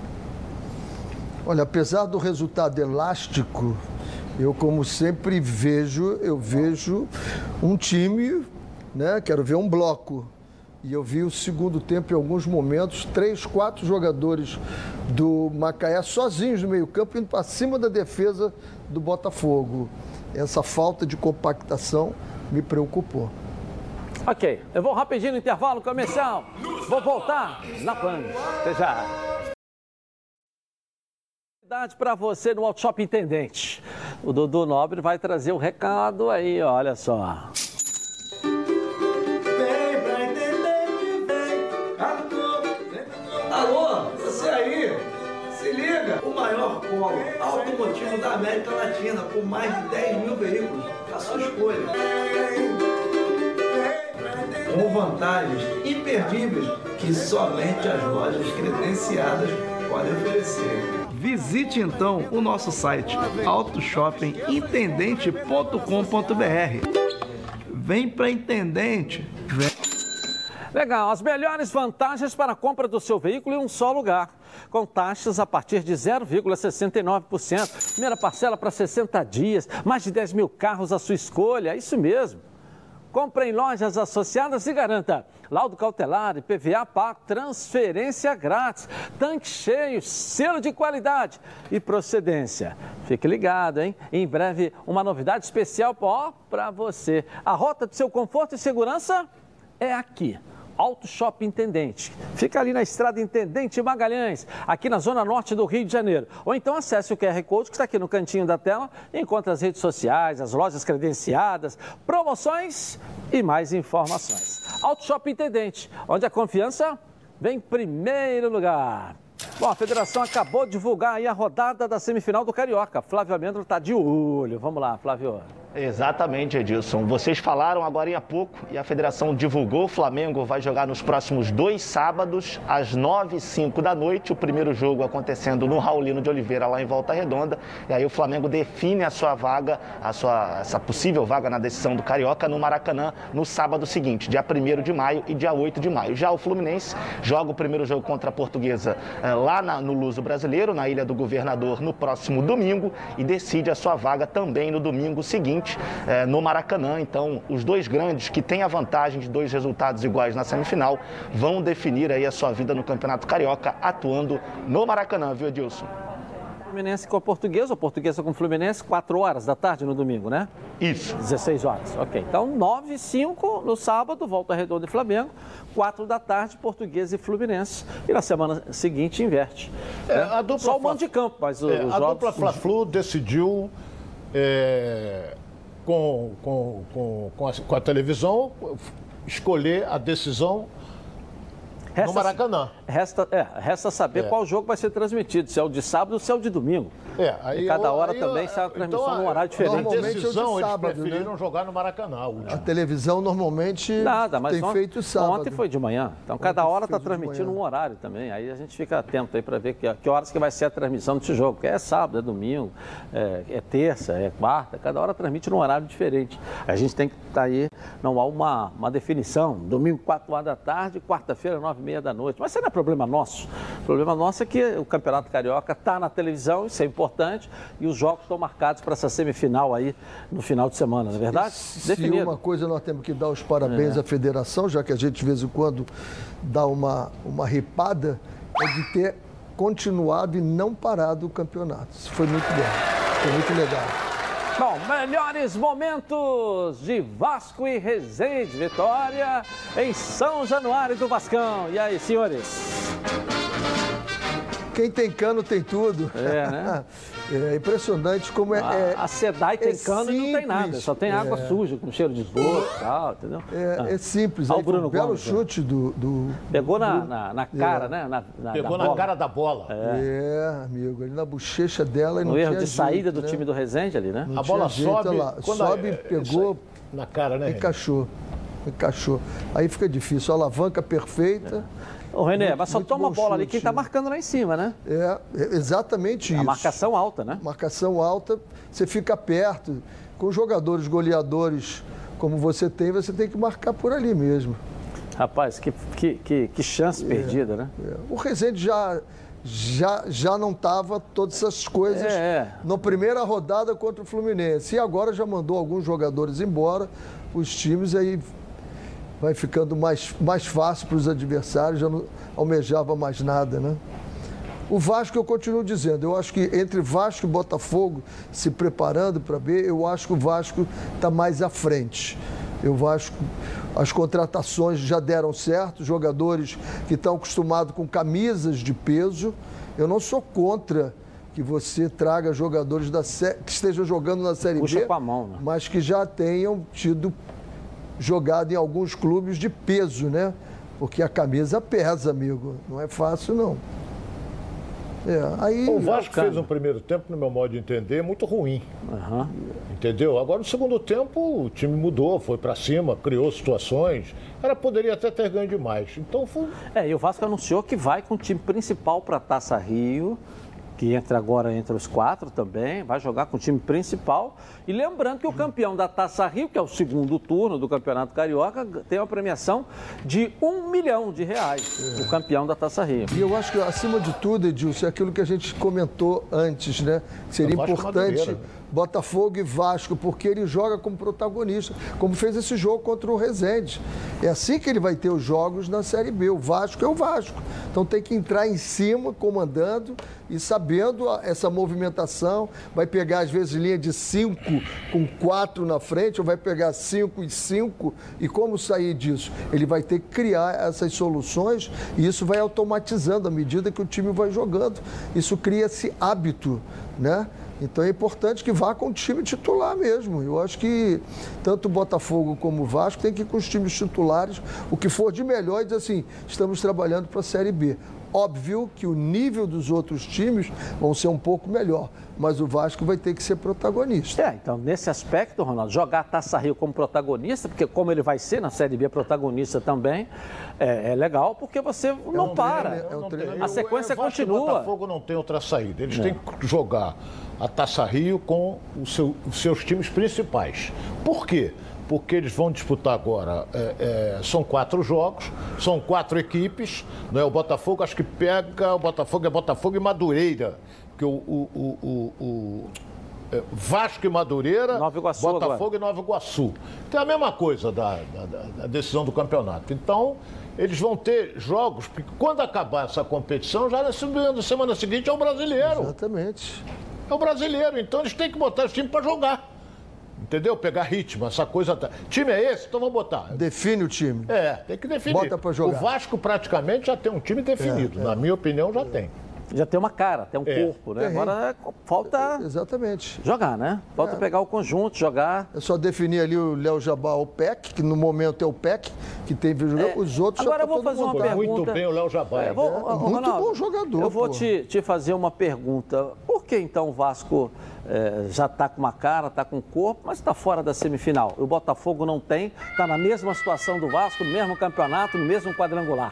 Olha, apesar do resultado elástico, eu, como sempre, vejo um time, né? Quero ver um bloco. E eu vi o segundo tempo, em alguns momentos, 3, 4 jogadores do Macaé sozinhos no meio-campo, indo para cima da defesa do Botafogo. Essa falta de compactação me preocupou. Ok, eu vou rapidinho no intervalo comercial. Vou voltar na Pan. Até já. Para você no Auto Shop Intendente. O Dudu Nobre vai trazer o recado aí, olha só. Vem pra Intendente, vem. Alô, você aí? Se liga, o maior polo automotivo da América Latina, com mais de 10 mil veículos, a sua escolha. Com vantagens imperdíveis que somente as lojas credenciadas podem oferecer. Visite então o nosso site autoshoppingintendente.com.br. Vem para Intendente. Vem. Legal, as melhores vantagens para a compra do seu veículo em um só lugar. Com taxas a partir de 0,69%. Primeira parcela para 60 dias, mais de 10 mil carros à sua escolha, isso mesmo. Compre em lojas associadas e garanta laudo cautelar, IPVA pago, transferência grátis, tanque cheio, selo de qualidade e procedência. Fique ligado, hein? Em breve, uma novidade especial para você. A rota do seu conforto e segurança é aqui. Auto Shop Intendente. Fica ali na estrada Intendente Magalhães, aqui na zona norte do Rio de Janeiro. Ou então acesse o QR Code que está aqui no cantinho da tela e encontre as redes sociais, as lojas credenciadas, promoções e mais informações. Auto Shop Intendente, onde a confiança vem em primeiro lugar. Bom, a federação acabou de divulgar aí a rodada da semifinal do Carioca. Flávio Amêndola está de olho. Vamos lá, Flávio. Exatamente, Edilson. Vocês falaram agora há pouco e a federação divulgou. O Flamengo vai jogar nos próximos 2 sábados, às 9h05 da noite. O primeiro jogo acontecendo no Raulino de Oliveira, lá em Volta Redonda. E aí o Flamengo define a sua vaga, essa possível vaga na decisão do Carioca no Maracanã no sábado seguinte, dia 1º de maio e dia 8 de maio. Já o Fluminense joga o primeiro jogo contra a Portuguesa lá no Luso Brasileiro, na Ilha do Governador, no próximo domingo e decide a sua vaga também no domingo seguinte, no Maracanã. Então, os dois grandes que têm a vantagem de 2 resultados iguais na semifinal vão definir aí a sua vida no Campeonato Carioca atuando no Maracanã, viu, Edilson? Fluminense com a Portuguesa, ou Portuguesa com o Fluminense, 4 horas da tarde no domingo, né? Isso. 16 horas, ok. Então, 9h05 no sábado, Volta Redonda e Flamengo, 4 da tarde, Portuguesa e Fluminense. E na semana seguinte, inverte. Só o mando de campo, mas os jogos... A dupla Fla-Flu decidiu, com a televisão, escolher a decisão no Maracanã. Resta saber qual jogo vai ser transmitido, se é o de sábado ou se é o de domingo. Aí cada hora também sai a transmissão então, num horário diferente. Normalmente decisão, eles preferiram jogar no Maracanã. A televisão normalmente tem feito sábado. Ontem foi de manhã, então cada hora está transmitindo um horário também. Aí a gente fica atento aí para ver que horas que vai ser a transmissão desse jogo. Porque é sábado, é domingo, é terça, é quarta, cada hora transmite num horário diferente. A gente tem que estar aí, não há uma definição. Domingo, 4 horas da tarde, quarta-feira, 9h30 da noite. Mas isso não é problema nosso. O problema nosso é que o Campeonato Carioca está na televisão, isso é importante, e os jogos estão marcados para essa semifinal aí no final de semana, não é verdade? Se uma coisa nós temos que dar os parabéns à federação, já que a gente de vez em quando dá uma ripada, é de ter continuado e não parado o campeonato. Isso foi muito bom, foi muito legal. Bom, melhores momentos de Vasco e Resende. Vitória em São Januário do Vascão. E aí, senhores? Quem tem cano tem tudo. Né? É impressionante como a SEDAI tem cano e não tem nada. Só tem água suja, com cheiro de esgoto e tal, entendeu? É simples. Olha o Bruno belo Gomes, chute do pegou na cara, né? Pegou na cara da bola. Amigo, ali na bochecha dela e não tinha erro de jeito, saída do time do Resende ali, né? A bola sobe, sobe, pegou na cara, né? Encaixou. Aí fica difícil. A alavanca perfeita. Ô, René, mas só toma a bola ali quem está marcando lá em cima, né? É exatamente isso. A marcação alta, né? Marcação alta, você fica perto. Com jogadores goleadores como você tem que marcar por ali mesmo. Rapaz, que chance perdida, né? O Resende já não estava todas essas coisas na primeira rodada contra o Fluminense. E agora já mandou alguns jogadores embora, os times aí vai ficando mais fácil para os adversários, já não almejava mais nada, né? O Vasco, eu continuo dizendo, eu acho que entre Vasco e Botafogo se preparando para B, eu acho que o Vasco está mais à frente. O Vasco, as contratações já deram certo, jogadores que estão acostumados com camisas de peso. Eu não sou contra que você traga jogadores que estejam jogando na Série Puxa B, com a mão, né? mas que já tenham jogado em alguns clubes de peso, né? Porque a camisa pesa, amigo. Não é fácil, não. Aí, o Vasco fez um primeiro tempo, no meu modo de entender, muito ruim. Entendeu? Agora, no segundo tempo, o time mudou, foi para cima, criou situações. Poderia até ter ganho demais. Então foi... E o Vasco anunciou que vai com o time principal para a Taça Rio, que entra agora entre os 4 também, vai jogar com o time principal. E lembrando que o campeão da Taça Rio, que é o segundo turno do Campeonato Carioca, tem uma premiação de R$1 milhão, o campeão da Taça Rio. E eu acho que, acima de tudo, Edilson, é aquilo que a gente comentou antes, né? Seria importante Botafogo e Vasco, porque ele joga como protagonista, como fez esse jogo contra o Resende. É assim que ele vai ter os jogos na Série B. O Vasco é o Vasco. Então tem que entrar em cima, comandando e sabendo essa movimentação. Vai pegar, às vezes, linha de 5 com 4 na frente, ou vai pegar 5 e 5. E como sair disso? Ele vai ter que criar essas soluções e isso vai automatizando à medida que o time vai jogando. Isso cria esse hábito, né? Então é importante que vá com o time titular mesmo. Eu acho que tanto o Botafogo como o Vasco tem que ir com os times titulares, o que for de melhor, e dizer assim, estamos trabalhando para a Série B. Óbvio que o nível dos outros times vão ser um pouco melhor, mas o Vasco vai ter que ser protagonista. Então nesse aspecto, Ronaldo, jogar a Taça Rio como protagonista, porque como ele vai ser na Série B protagonista também, é legal, porque você não para. A sequência continua. O Botafogo não tem outra saída. Eles têm que jogar a Taça Rio com os seus times principais. Por quê? Porque eles vão disputar agora, são 4 jogos, são 4 equipes, né? O Botafogo acho que pega, o Botafogo é Botafogo e Madureira, que Vasco e Madureira, Botafogo agora. E Nova Iguaçu. Tem a mesma coisa da decisão do campeonato. Então, eles vão ter jogos, porque quando acabar essa competição, já na semana seguinte é o Brasileiro. Exatamente. É o Brasileiro, então eles têm que botar os times para jogar. Entendeu? Pegar ritmo, essa coisa. Time é esse? Então vamos botar. Define o time. Tem que definir. Bota pra jogar. O Vasco praticamente já tem um time definido. Na minha opinião, já tem. Já tem uma cara, tem um corpo, né? Agora falta exatamente jogar, né? Falta pegar o conjunto, jogar. É só definir ali o Léo Jabá, o PEC, que no momento é o PEC, que tem os outros. Agora eu vou fazer uma pergunta. Muito bem o Léo Jabá. Muito bom jogador. Eu vou te fazer uma pergunta. Por que então o Vasco já está com uma cara, está com um corpo, mas está fora da semifinal? O Botafogo não tem, está na mesma situação do Vasco, no mesmo campeonato, no mesmo quadrangular.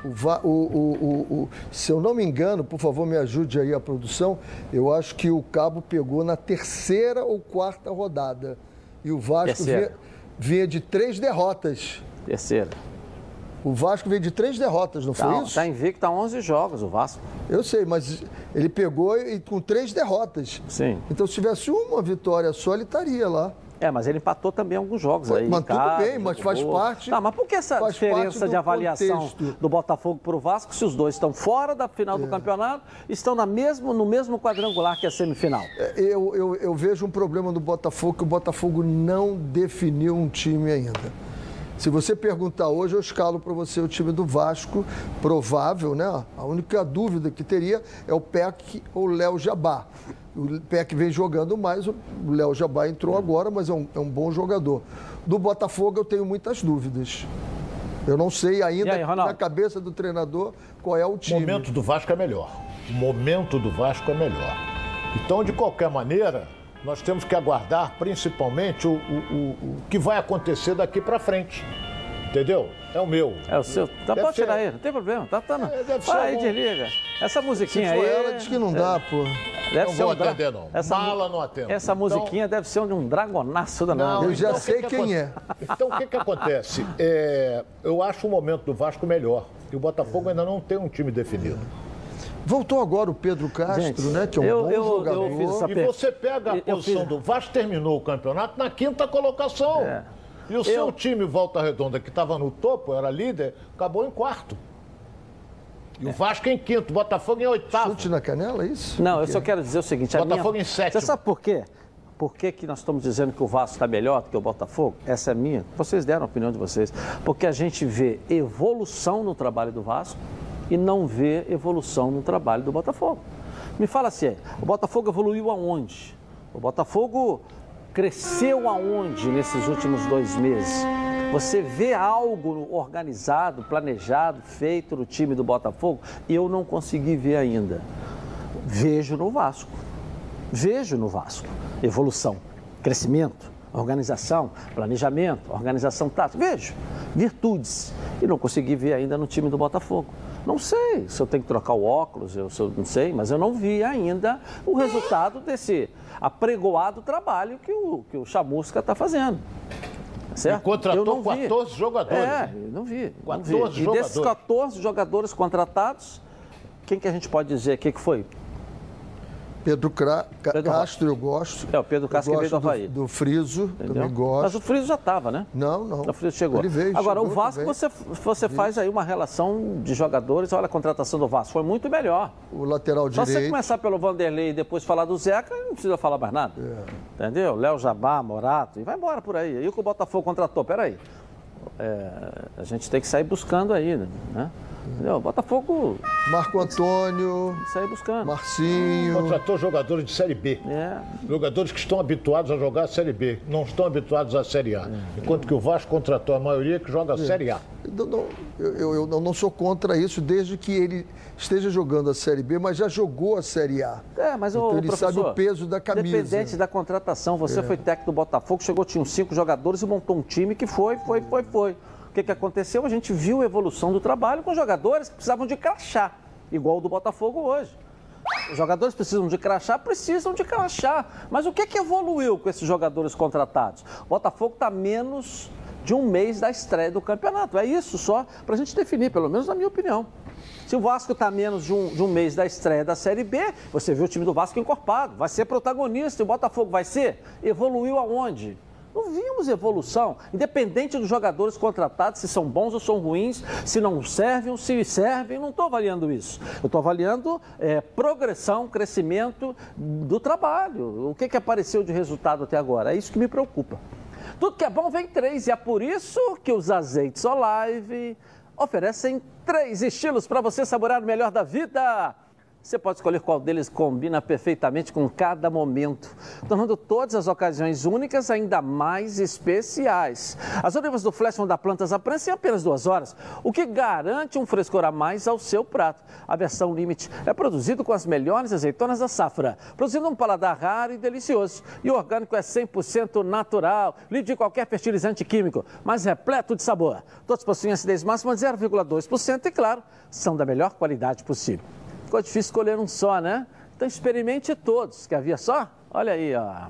Se eu não me engano, por favor, me ajude aí a produção, eu acho que o Cabo pegou na 3ª ou 4ª rodada. E o Vasco vinha de 3 derrotas. Terceira. O Vasco veio de 3 derrotas, não foi isso? Está invicto a 11 jogos o Vasco. Eu sei, mas ele pegou com 3 derrotas. Sim. Então, se tivesse uma vitória só, ele estaria lá. Mas ele empatou também alguns jogos aí. Mas tudo bem, mas faz parte. Mas por que essa diferença de avaliação do Botafogo para o Vasco, se os dois estão fora da final do campeonato, estão no mesmo quadrangular que a semifinal? Eu vejo um problema do Botafogo, que o Botafogo não definiu um time ainda. Se você perguntar hoje, eu escalo para você o time do Vasco, provável, né? A única dúvida que teria é o PEC ou o Léo Jabá. O PEC vem jogando mais, o Léo Jabá entrou agora, mas é um bom jogador. Do Botafogo eu tenho muitas dúvidas. Eu não sei ainda na cabeça do treinador qual é o time. O momento do Vasco é melhor. O momento do Vasco é melhor. Então, de qualquer maneira, nós temos que aguardar principalmente o que vai acontecer daqui para frente. Entendeu? É o meu. É o seu. Pode tirar aí, não tem problema. Aí, desliga. Essa musiquinha aí. Ela diz que não dá, pô. Não vou atender, não. Mala não atendo. Essa musiquinha deve ser de um dragonaço danado. Eu já sei quem é. Então, o que acontece? Eu acho o momento do Vasco melhor. E o Botafogo ainda não tem um time definido. Voltou agora o Pedro Castro, gente, né? Que é um bom jogador. Eu fiz essa e você pega a posição do Vasco, terminou o campeonato na 5ª colocação. E o seu time, Volta Redonda, que estava no topo, era líder, acabou em 4º. E o Vasco em 5º, Botafogo em 8º. Chute na canela, é isso? Não, eu só quero dizer o seguinte. Botafogo em 7º. Você sabe por quê? por que nós estamos dizendo que o Vasco está melhor do que o Botafogo? Essa é minha. Vocês deram a opinião de vocês. Porque a gente vê evolução no trabalho do Vasco e não vê evolução no trabalho do Botafogo. Me fala assim, o Botafogo evoluiu aonde? O Botafogo cresceu aonde nesses últimos 2 meses? Você vê algo organizado, planejado, feito no time do Botafogo? Eu não consegui ver ainda. Vejo no Vasco. Vejo no Vasco evolução, crescimento, organização, planejamento, organização tática. Vejo virtudes e não consegui ver ainda no time do Botafogo. Não sei se eu tenho que trocar o óculos, eu não sei, mas eu não vi ainda o resultado desse apregoado trabalho que o Chamusca está fazendo. Certo? E contratou 14 jogadores. Não vi. 14 jogadores. E desses 14 jogadores contratados, quem que a gente pode dizer que foi? Pedro Castro, eu gosto. O Pedro Castro que veio do Havaí. Do Friso, entendeu? Também gosto. Mas o Friso já estava, né? Não. O Friso chegou. Ele veio. Agora, chegou, o Vasco, você faz aí uma relação de jogadores. Olha, a contratação do Vasco foi muito melhor. O lateral direito. Só você começar pelo Vanderlei e depois falar do Zeca, não precisa falar mais nada. Entendeu? Léo Jabá, Morato, e vai embora por aí. E o que o Botafogo contratou? Peraí. A gente tem que sair buscando aí, né? Entendeu? Botafogo... Marco Antônio... Sair buscando. Marcinho... Contratou jogadores de Série B. Jogadores que estão habituados a jogar a Série B, não estão habituados à Série A. Enquanto que o Vasco contratou a maioria que joga a Série A. Eu não sou contra isso desde que ele esteja jogando a Série B, mas já jogou a Série A. Mas então ele sabe o peso da camisa. Independente da contratação, você foi técnico do Botafogo, chegou, tinham 5 jogadores e montou um time que foi. O que aconteceu? A gente viu a evolução do trabalho com jogadores que precisavam de crachá, igual o do Botafogo hoje. Os jogadores precisam de crachá. Mas o que evoluiu com esses jogadores contratados? O Botafogo está menos de um mês da estreia do campeonato. É isso só para a gente definir, pelo menos na minha opinião. Se o Vasco está menos de um mês da estreia da Série B, você vê o time do Vasco encorpado, vai ser protagonista. E o Botafogo vai ser? Evoluiu aonde? Não vimos evolução, independente dos jogadores contratados, se são bons ou são ruins, se não servem ou se servem, não estou avaliando isso. Eu estou avaliando progressão, crescimento do trabalho, o que apareceu de resultado até agora, é isso que me preocupa. Tudo que é bom vem 3 e é por isso que os azeites Olive oferecem 3 estilos para você saborear o melhor da vida. Você pode escolher qual deles combina perfeitamente com cada momento, tornando todas as ocasiões únicas ainda mais especiais. As olivas do Flash vão dar plantas à prensa em apenas 2 horas, o que garante um frescor a mais ao seu prato. A versão Limite é produzido com as melhores azeitonas da safra, produzindo um paladar raro e delicioso. E o orgânico é 100% natural, livre de qualquer fertilizante químico, mas repleto de sabor. Todos possuem acidez máxima de 0,2% e, claro, são da melhor qualidade possível. Ficou difícil escolher um só, né? Então experimente todos. Quer ver só? Olha aí, ó.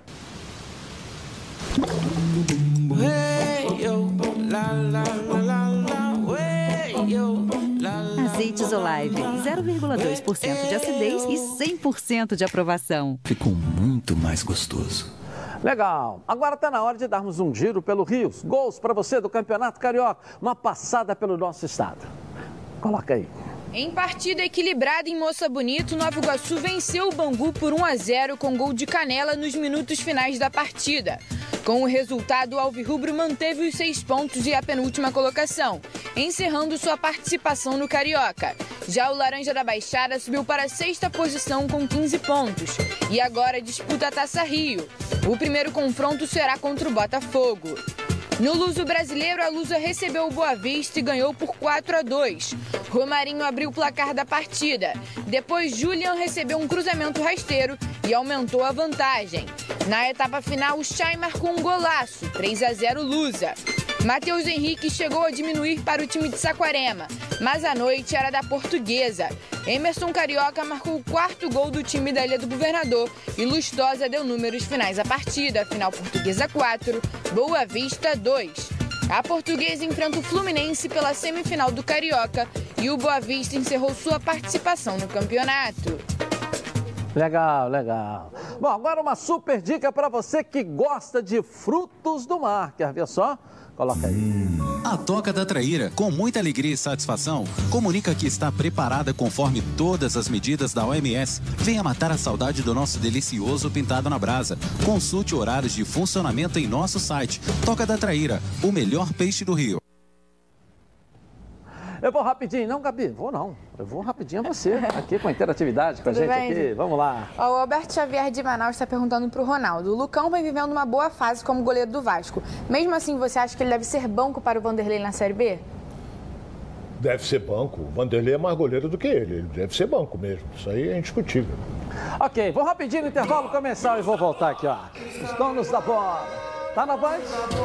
Azeites Olive, 0,2% de acidez e 100% de aprovação. Ficou muito mais gostoso. Legal. Agora está na hora de darmos um giro pelo Rio. Gols para você do Campeonato Carioca. Uma passada pelo nosso estado. Coloca aí. Em partida equilibrada em Moça Bonito, Nova Iguaçu venceu o Bangu por 1-0 com gol de Canela nos minutos finais da partida. Com o resultado, o Alvirrubro manteve os 6 pontos e a penúltima colocação, encerrando sua participação no Carioca. Já o Laranja da Baixada subiu para a 6ª posição com 15 pontos e agora disputa a Taça Rio. O primeiro confronto será contra o Botafogo. No Luso Brasileiro, a Lusa recebeu o Boa Vista e ganhou por 4-2. Romarinho abriu o placar da partida. Depois, Julian recebeu um cruzamento rasteiro e aumentou a vantagem. Na etapa final, o Chay marcou um golaço, 3-0 Lusa. Matheus Henrique chegou a diminuir para o time de Saquarema, mas a noite era da Portuguesa. Emerson Carioca marcou o 4º gol do time da Ilha do Governador e Lustosa deu números finais à partida. Final Portuguesa 4, Boa Vista 2. A Portuguesa enfrenta o Fluminense pela semifinal do Carioca e o Boa Vista encerrou sua participação no campeonato. Legal, legal. Bom, agora uma super dica para você que gosta de frutos do mar. Quer ver só? Coloca aí. A Toca da Traíra, com muita alegria e satisfação, comunica que está preparada conforme todas as medidas da OMS. Venha matar a saudade do nosso delicioso pintado na brasa. Consulte horários de funcionamento em nosso site. Toca da Traíra, o melhor peixe do Rio. Eu vou rapidinho. Não, Gabi, vou não. Eu vou rapidinho a você, aqui com a interatividade com a gente bem, aqui. Vamos lá. O Alberto Xavier de Manaus está perguntando para o Ronaldo. O Lucão vem vivendo uma boa fase como goleiro do Vasco. Mesmo assim, você acha que ele deve ser banco para o Vanderlei na Série B? Deve ser banco. O Vanderlei é mais goleiro do que ele. Ele deve ser banco mesmo. Isso aí é indiscutível. Ok, vou rapidinho no intervalo começar e vou voltar aqui, ó. Os donos da bola. Tá na Band?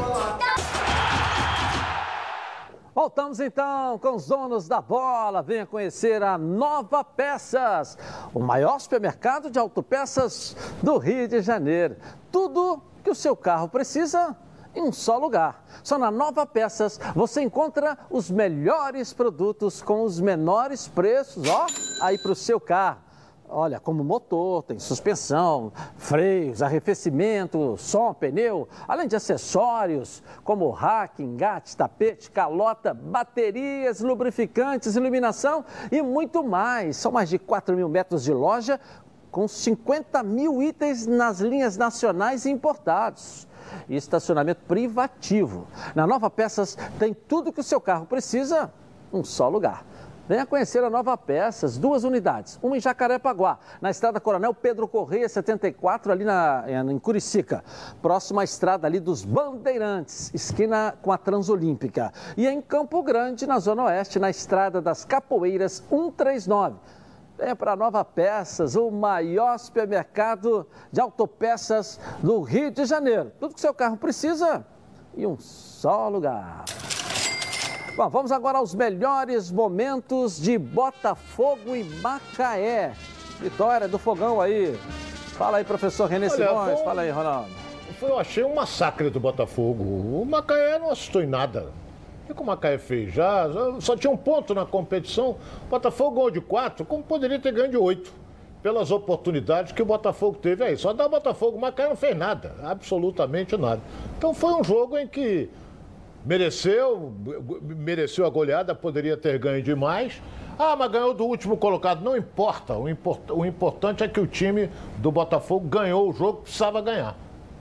Voltamos então com os donos da bola. Venha conhecer a Nova Peças, o maior supermercado de autopeças do Rio de Janeiro. Tudo que o seu carro precisa em um só lugar. Só na Nova Peças você encontra os melhores produtos com os menores preços, ó, aí para o seu carro. Olha, como motor, tem suspensão, freios, arrefecimento, som, pneu, além de acessórios como rack, engate, tapete, calota, baterias, lubrificantes, iluminação e muito mais. São mais de 4 mil metros de loja com 50 mil itens nas linhas nacionais e importados. E estacionamento privativo. Na Nova Peças tem tudo que o seu carro precisa em um só lugar. Venha conhecer a Nova Peças, 2 unidades, uma em Jacarepaguá, na estrada Coronel Pedro Correia, 74, ali em Curicica, próximo à estrada ali dos Bandeirantes, esquina com a Transolímpica. E em Campo Grande, na Zona Oeste, na estrada das Capoeiras, 139. Venha para a Nova Peças, o maior supermercado de autopeças do Rio de Janeiro. Tudo que o seu carro precisa em um só lugar. Bom, vamos agora aos melhores momentos de Botafogo e Macaé. Vitória do Fogão aí. Fala aí, professor René Simões. Fala aí, Ronaldo. Eu achei um massacre do Botafogo. O Macaé não assustou em nada. O que o Macaé fez? Já só tinha um ponto na competição. O Botafogo ganhou de 4, como poderia ter ganho de 8. Pelas oportunidades que o Botafogo teve aí. Só dá o Botafogo. O Macaé não fez nada. Absolutamente nada. Então foi um jogo em que mereceu a goleada, poderia ter ganho demais. Ah, mas ganhou do último colocado. Não importa. O importante é que o time do Botafogo ganhou o jogo, precisava ganhar.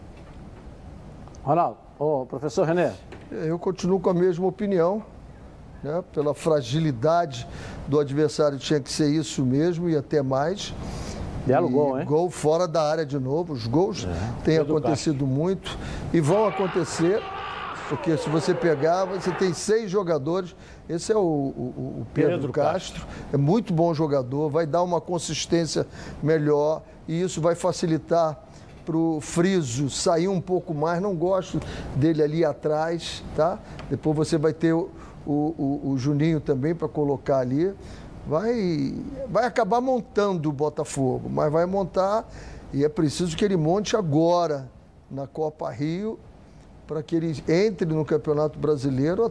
Ronaldo, professor René. Eu continuo com a mesma opinião, né? Pela fragilidade do adversário tinha que ser isso mesmo e até mais. Belo gol, hein? Gol fora da área de novo. Os gols têm acontecido muito e vão acontecer. Porque se você pegar, você tem 6 jogadores. Esse é o Pedro Castro. É muito bom jogador, vai dar uma consistência melhor e isso vai facilitar para o Friso sair um pouco mais. Não gosto dele ali atrás, tá? Depois você vai ter o Juninho também para colocar ali. Vai acabar montando o Botafogo, mas vai montar e é preciso que ele monte agora na Copa Rio, para que ele entre no Campeonato Brasileiro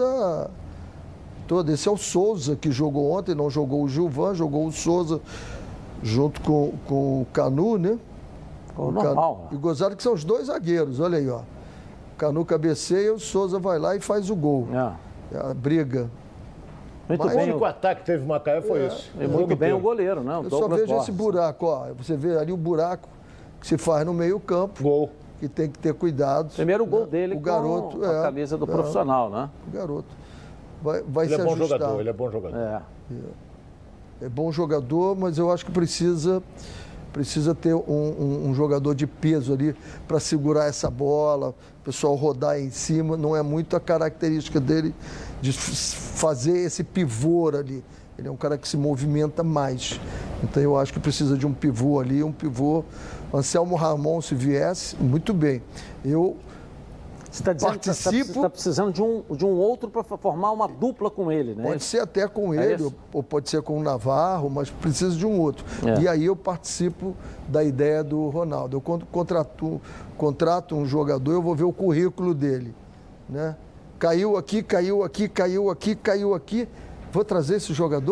toda. Esse é o Souza, que jogou ontem, não jogou o Gilvan, jogou o Souza junto com o Canu, né? Normal. E gozado que são os 2 zagueiros, olha aí, ó. O Canu cabeceia, o Souza vai lá e faz o gol. A briga. Muito bem. O único ataque que teve o Macaé foi esse. E muito bem o goleiro, né? Eu só vejo esse buraco, ó. Você vê ali o buraco que se faz no meio-campo. Gol. Que tem que ter cuidado. Primeiro gol dele o garoto, com a camisa do profissional, né? O garoto. Vai se ajustar. Ele é bom jogador. É bom jogador, mas eu acho que precisa ter um jogador de peso ali para segurar essa bola, o pessoal rodar em cima. Não é muito a característica dele de fazer esse pivô ali. Ele é um cara que se movimenta mais. Então eu acho que precisa de um pivô ali, Anselmo Ramon, se viesse, muito bem. Eu participo... Você está precisando de um outro para formar uma dupla com ele, né? Pode ser até com ele, ou pode ser com o Navarro, mas precisa de um outro. E aí eu participo da ideia do Ronaldo. Eu contrato um jogador, eu vou ver o currículo dele, né? Caiu aqui. Vou trazer esse jogador?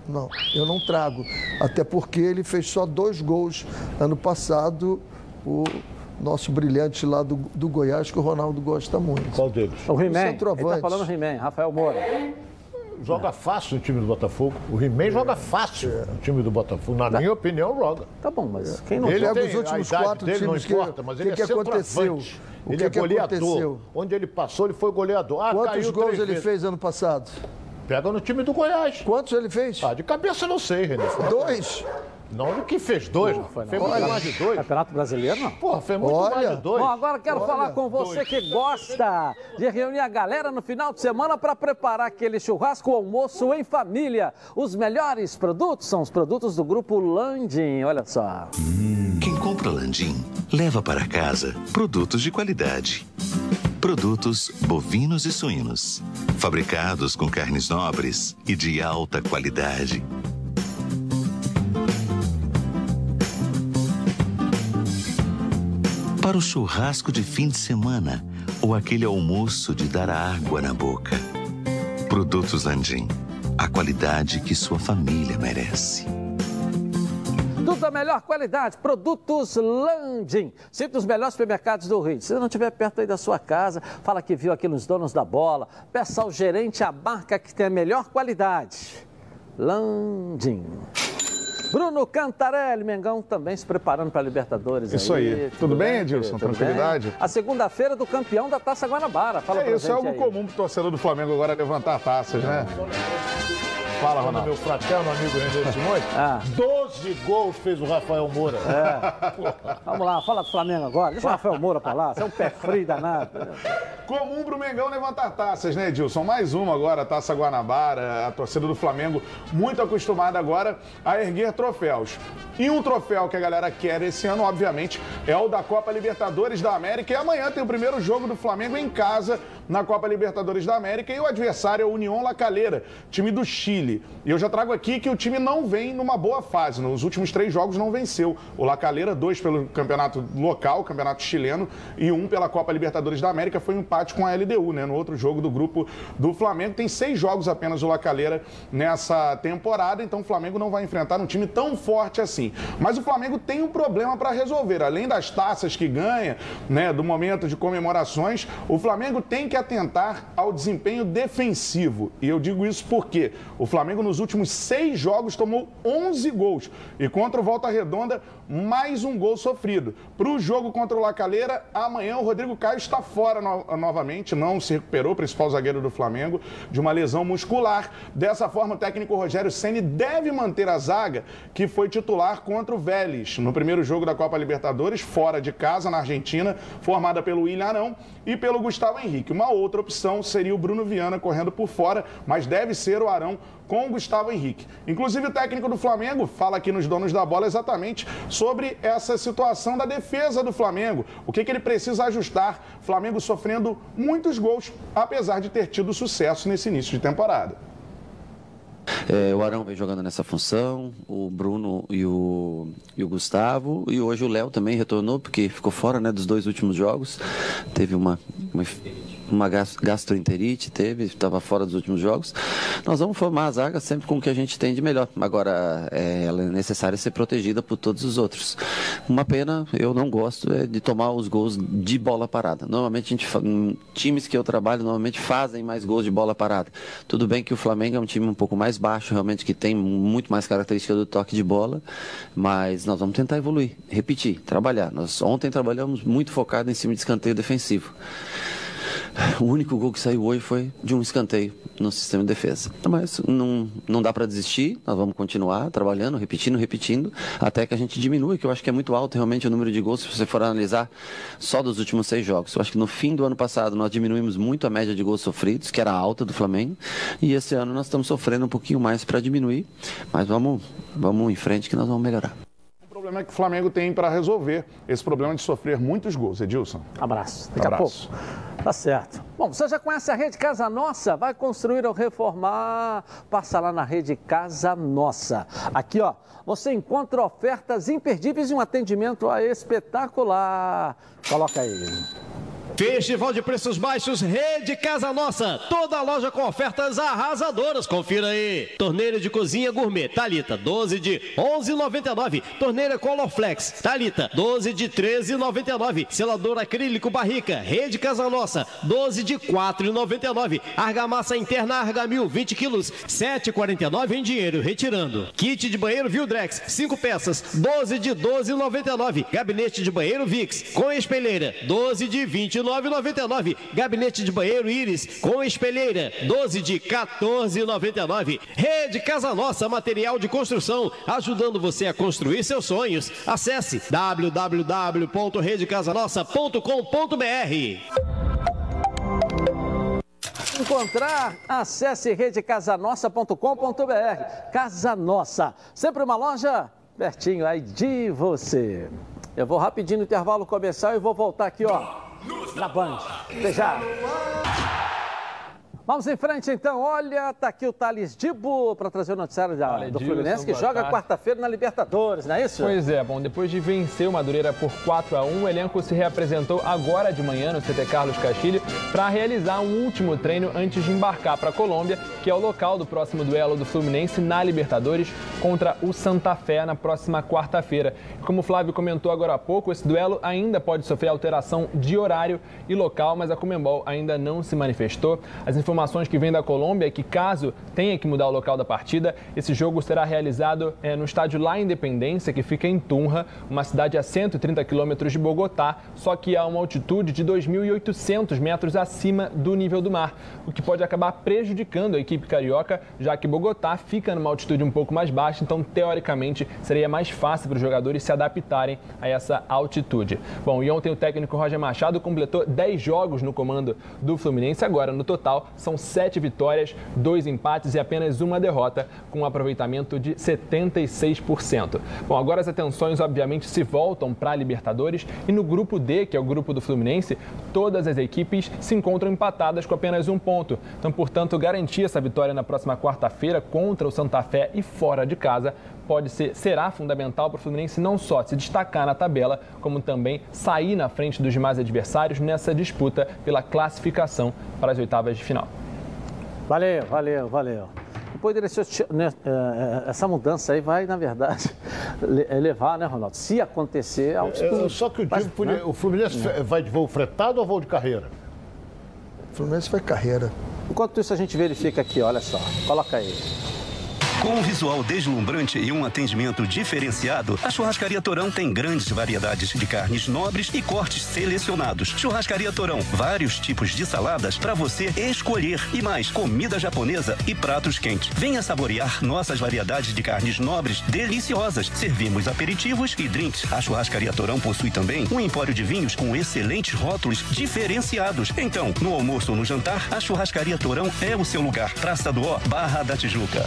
Não, eu não trago. Até porque ele fez só 2 gols ano passado, o nosso brilhante lá do Goiás, que o Ronaldo gosta muito. Qual deles? O He-Man, ele tá falando He-Man, Rafael Moura. Joga fácil no time do Botafogo. O He-Man joga fácil no time do Botafogo. Na minha opinião, joga. Tá bom, mas quem não ele joga? Os últimos 4 times não importa, mas ele é centroavante. Ele é goleador. Onde ele passou, ele foi goleador. Quantos gols ele fez ano passado? Pega no time do Goiás. Quantos ele fez? De cabeça não sei, René. 2. Não, do que fez 2, não. Fez muito mais de 2. Campeonato Brasileiro, não? Porra, fez muito mais de 2. Bom, agora quero falar com você que gosta de reunir a galera no final de semana para preparar aquele churrasco ou almoço em família. Os melhores produtos são os produtos do Grupo Landim, olha só. Quem compra Landim, leva para casa produtos de qualidade. Produtos bovinos e suínos, fabricados com carnes nobres e de alta qualidade. Para o churrasco de fim de semana ou aquele almoço de dar água na boca. Produtos Landim, a qualidade que sua família merece. Tudo da melhor qualidade, produtos Landim. Sempre os melhores supermercados do Rio. Se você não estiver perto aí da sua casa, fala que viu aqui nos Donos da Bola. Peça ao gerente a marca que tem a melhor qualidade. Landim. Bruno Cantarelli, Mengão também se preparando para a Libertadores. Isso aí. Tudo bem, Edilson? Tranquilidade? Bem? A segunda-feira do campeão da Taça Guanabara. Fala pra isso, é algo aí. comum para o torcedor do Flamengo agora levantar taças, né? Fala, Ronaldo. Meu fraterno amigo René Simões, 12 gols fez o Rafael Moura. Vamos lá, fala do Flamengo agora. Deixa o Rafael Moura pra lá, você é um pé frio danado. Comum pro Mengão levantar taças, né, Edilson? Mais uma agora, Taça Guanabara, a torcida do Flamengo muito acostumada agora a erguer troféus. E um troféu que a galera quer esse ano, obviamente, é o da Copa Libertadores da América. E amanhã tem o primeiro jogo do Flamengo em casa na Copa Libertadores da América. E o adversário é o Unión La Calera, time do Chile. E eu já trago aqui que o time não vem numa boa fase. Nos últimos 3 jogos não venceu. O La Calera, 2 pelo campeonato local, campeonato chileno, e 1 pela Copa Libertadores da América. Foi um empate com a LDU, né? No outro jogo do grupo do Flamengo. Tem 6 jogos apenas o La Calera nessa temporada. Então o Flamengo não vai enfrentar um time tão forte assim. Mas o Flamengo tem um problema para resolver. Além das taças que ganha, né, do momento de comemorações, o Flamengo tem que atentar ao desempenho defensivo. E eu digo isso porque o Flamengo nos últimos 6 jogos tomou 11 gols. E contra o Volta Redonda, mais um gol sofrido. Para o jogo contra o La Calera, amanhã o Rodrigo Caio está fora novamente, não se recuperou, o principal zagueiro do Flamengo, de uma lesão muscular. Dessa forma, o técnico Rogério Ceni deve manter a zaga que foi titular contra o Vélez, no primeiro jogo da Copa Libertadores, fora de casa, na Argentina, formada pelo William Arão e pelo Gustavo Henrique. Uma outra opção seria o Bruno Viana correndo por fora, mas deve ser o Arão com o Gustavo Henrique. Inclusive, o técnico do Flamengo fala aqui nos Donos da Bola exatamente sobre essa situação da defesa do Flamengo. O que ele precisa ajustar. Flamengo sofrendo muitos gols, apesar de ter tido sucesso nesse início de temporada. O Arão vem jogando nessa função, o Bruno e o Gustavo, e hoje o Léo também retornou, porque ficou fora, né, dos 2 últimos jogos, teve uma gastroenterite, estava fora dos últimos jogos. Nós vamos formar a zaga sempre com o que a gente tem de melhor. Agora, ela é necessária ser protegida por todos os outros. Uma pena, eu não gosto de tomar os gols de bola parada. Normalmente, times que eu trabalho normalmente fazem mais gols de bola parada. Tudo bem que o Flamengo é um time um pouco mais baixo, realmente, que tem muito mais característica do toque de bola, mas nós vamos tentar evoluir, repetir, trabalhar. Nós ontem trabalhamos muito focado em cima de escanteio defensivo. O único gol que saiu hoje foi de um escanteio no sistema de defesa. Mas não dá para desistir, nós vamos continuar trabalhando, repetindo, até que a gente diminua, que eu acho que é muito alto realmente o número de gols, se você for analisar só dos últimos 6 jogos. Eu acho que no fim do ano passado nós diminuímos muito a média de gols sofridos, que era alta do Flamengo, e esse ano nós estamos sofrendo um pouquinho mais para diminuir, mas vamos em frente que nós vamos melhorar. O problema é que o Flamengo tem para resolver esse problema de sofrer muitos gols. Edilson. Abraço. Daqui a pouco. Tá certo. Bom, você já conhece a Rede Casa Nossa? Vai construir ou reformar? Passa lá na Rede Casa Nossa. Aqui, ó, você encontra ofertas imperdíveis e um atendimento espetacular. Coloca aí. Festival de preços baixos, Rede Casa Nossa. Toda loja com ofertas arrasadoras. Confira aí. Torneira de cozinha gourmet, Thalita, 12 de 11,99. Torneira Colorflex, Thalita, 12 de 13,99. Selador acrílico Barrica, Rede Casa Nossa, 12 de 4,99. Argamassa interna Argamil, 20 quilos, 7,49 em dinheiro, retirando. Kit de banheiro Vildrex, 5 peças, 12 de 12,99. Gabinete de banheiro Vicks, com espelheira, 12 de 29,99. Gabinete de banheiro Iris com espelheira, 12 de 14,99. Rede Casa Nossa, material de construção, ajudando você a construir seus sonhos. Acesse www.redecasanossa.com.br. Encontrar, acesse redecasanossa.com.br. Casa Nossa, sempre uma loja pertinho aí de você. Eu vou rapidinho no intervalo comercial e vou voltar aqui, ó, na Band. Até já. Vamos em frente, então. Olha, tá aqui o Thales Dibo para trazer o noticiário do Fluminense, que joga quarta-feira na Libertadores, não é isso? Pois é, bom, depois de vencer o Madureira por 4-1, o elenco se reapresentou agora de manhã no CT Carlos Castilho para realizar um último treino antes de embarcar para a Colômbia, que é o local do próximo duelo do Fluminense na Libertadores contra o Santa Fé na próxima quarta-feira. Como o Flávio comentou agora há pouco, esse duelo ainda pode sofrer alteração de horário e local, mas a Conmebol ainda não se manifestou. As informações que vêm da Colômbia é que, caso tenha que mudar o local da partida, esse jogo será realizado no estádio La Independência, que fica em Tunja, uma cidade a 130 quilômetros de Bogotá, só que a uma altitude de 2.800 metros acima do nível do mar, o que pode acabar prejudicando a equipe carioca, já que Bogotá fica numa altitude um pouco mais baixa, então, teoricamente, seria mais fácil para os jogadores se adaptarem a essa altitude. Bom, e ontem o técnico Roger Machado completou 10 jogos no comando do Fluminense, agora no total são 7 vitórias, 2 empates e apenas uma derrota, com um aproveitamento de 76%. Bom, agora as atenções obviamente se voltam para a Libertadores e no grupo D, que é o grupo do Fluminense, todas as equipes se encontram empatadas com apenas um ponto. Então, portanto, garantir essa vitória na próxima quarta-feira contra o Santa Fé e fora de casa será fundamental para o Fluminense não só se destacar na tabela, como também sair na frente dos demais adversários nessa disputa pela classificação para as oitavas de final. Valeu. Depois essa mudança aí vai, na verdade, levar, né, Ronaldo? Se acontecer, só que o Fluminense vai de voo fretado ou voo de carreira? O Fluminense vai carreira. Enquanto isso, a gente verifica aqui, olha só. Coloca aí. Com um visual deslumbrante e um atendimento diferenciado, a Churrascaria Torão tem grandes variedades de carnes nobres e cortes selecionados. Churrascaria Torão, vários tipos de saladas para você escolher e mais, comida japonesa e pratos quentes. Venha saborear nossas variedades de carnes nobres deliciosas. Servimos aperitivos e drinks. A Churrascaria Torão possui também um empório de vinhos com excelentes rótulos diferenciados. Então, no almoço ou no jantar, a Churrascaria Torão é o seu lugar. Praça do Ó, Barra da Tijuca.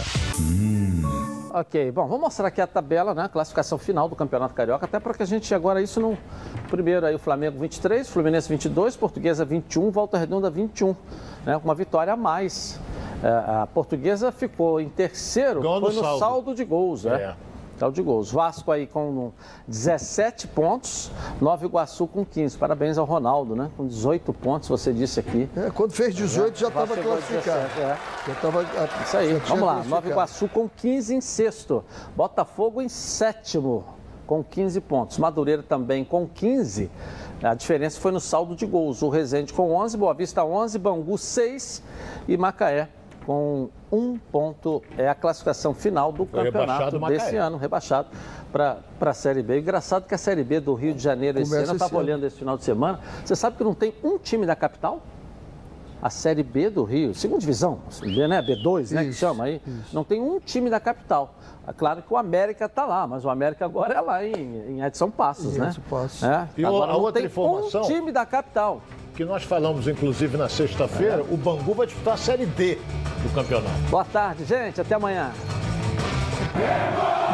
Ok, bom, vamos mostrar aqui a tabela, né? Classificação final do Campeonato Carioca, até para que a gente agora isso no primeiro aí o Flamengo 23, Fluminense 22, Portuguesa 21, Volta Redonda 21, né? Uma vitória a mais. A Portuguesa ficou em terceiro, foi no saldo de gols, né? Saldo de gols. Vasco aí com 17 pontos, Nova Iguaçu com 15. Parabéns ao Ronaldo, né? Com 18 pontos, você disse aqui. Quando fez 18 já estava classificado. Já estava. Isso aí, vamos lá. Nova Iguaçu com 15 em sexto. Botafogo em sétimo, com 15 pontos. Madureira também com 15. A diferença foi no saldo de gols. O Resende com 11, Boa Vista 11, Bangu 6 e Macaé com 1 ponto. É a classificação final do campeonato desse ano, rebaixado para a Série B. Engraçado que a Série B do Rio de Janeiro esse ano, eu estava olhando esse final de semana, você sabe que não tem um time da capital? A Série B do Rio, segunda divisão, né? B2, né, que chama aí, não tem um time da capital. É claro que o América está lá, mas o América agora é lá em Edson Passos, né? E agora a outra informação, um time da capital. Que nós falamos, inclusive, na sexta-feira, o Bangu vai disputar a Série D do campeonato. Boa tarde, gente. Até amanhã.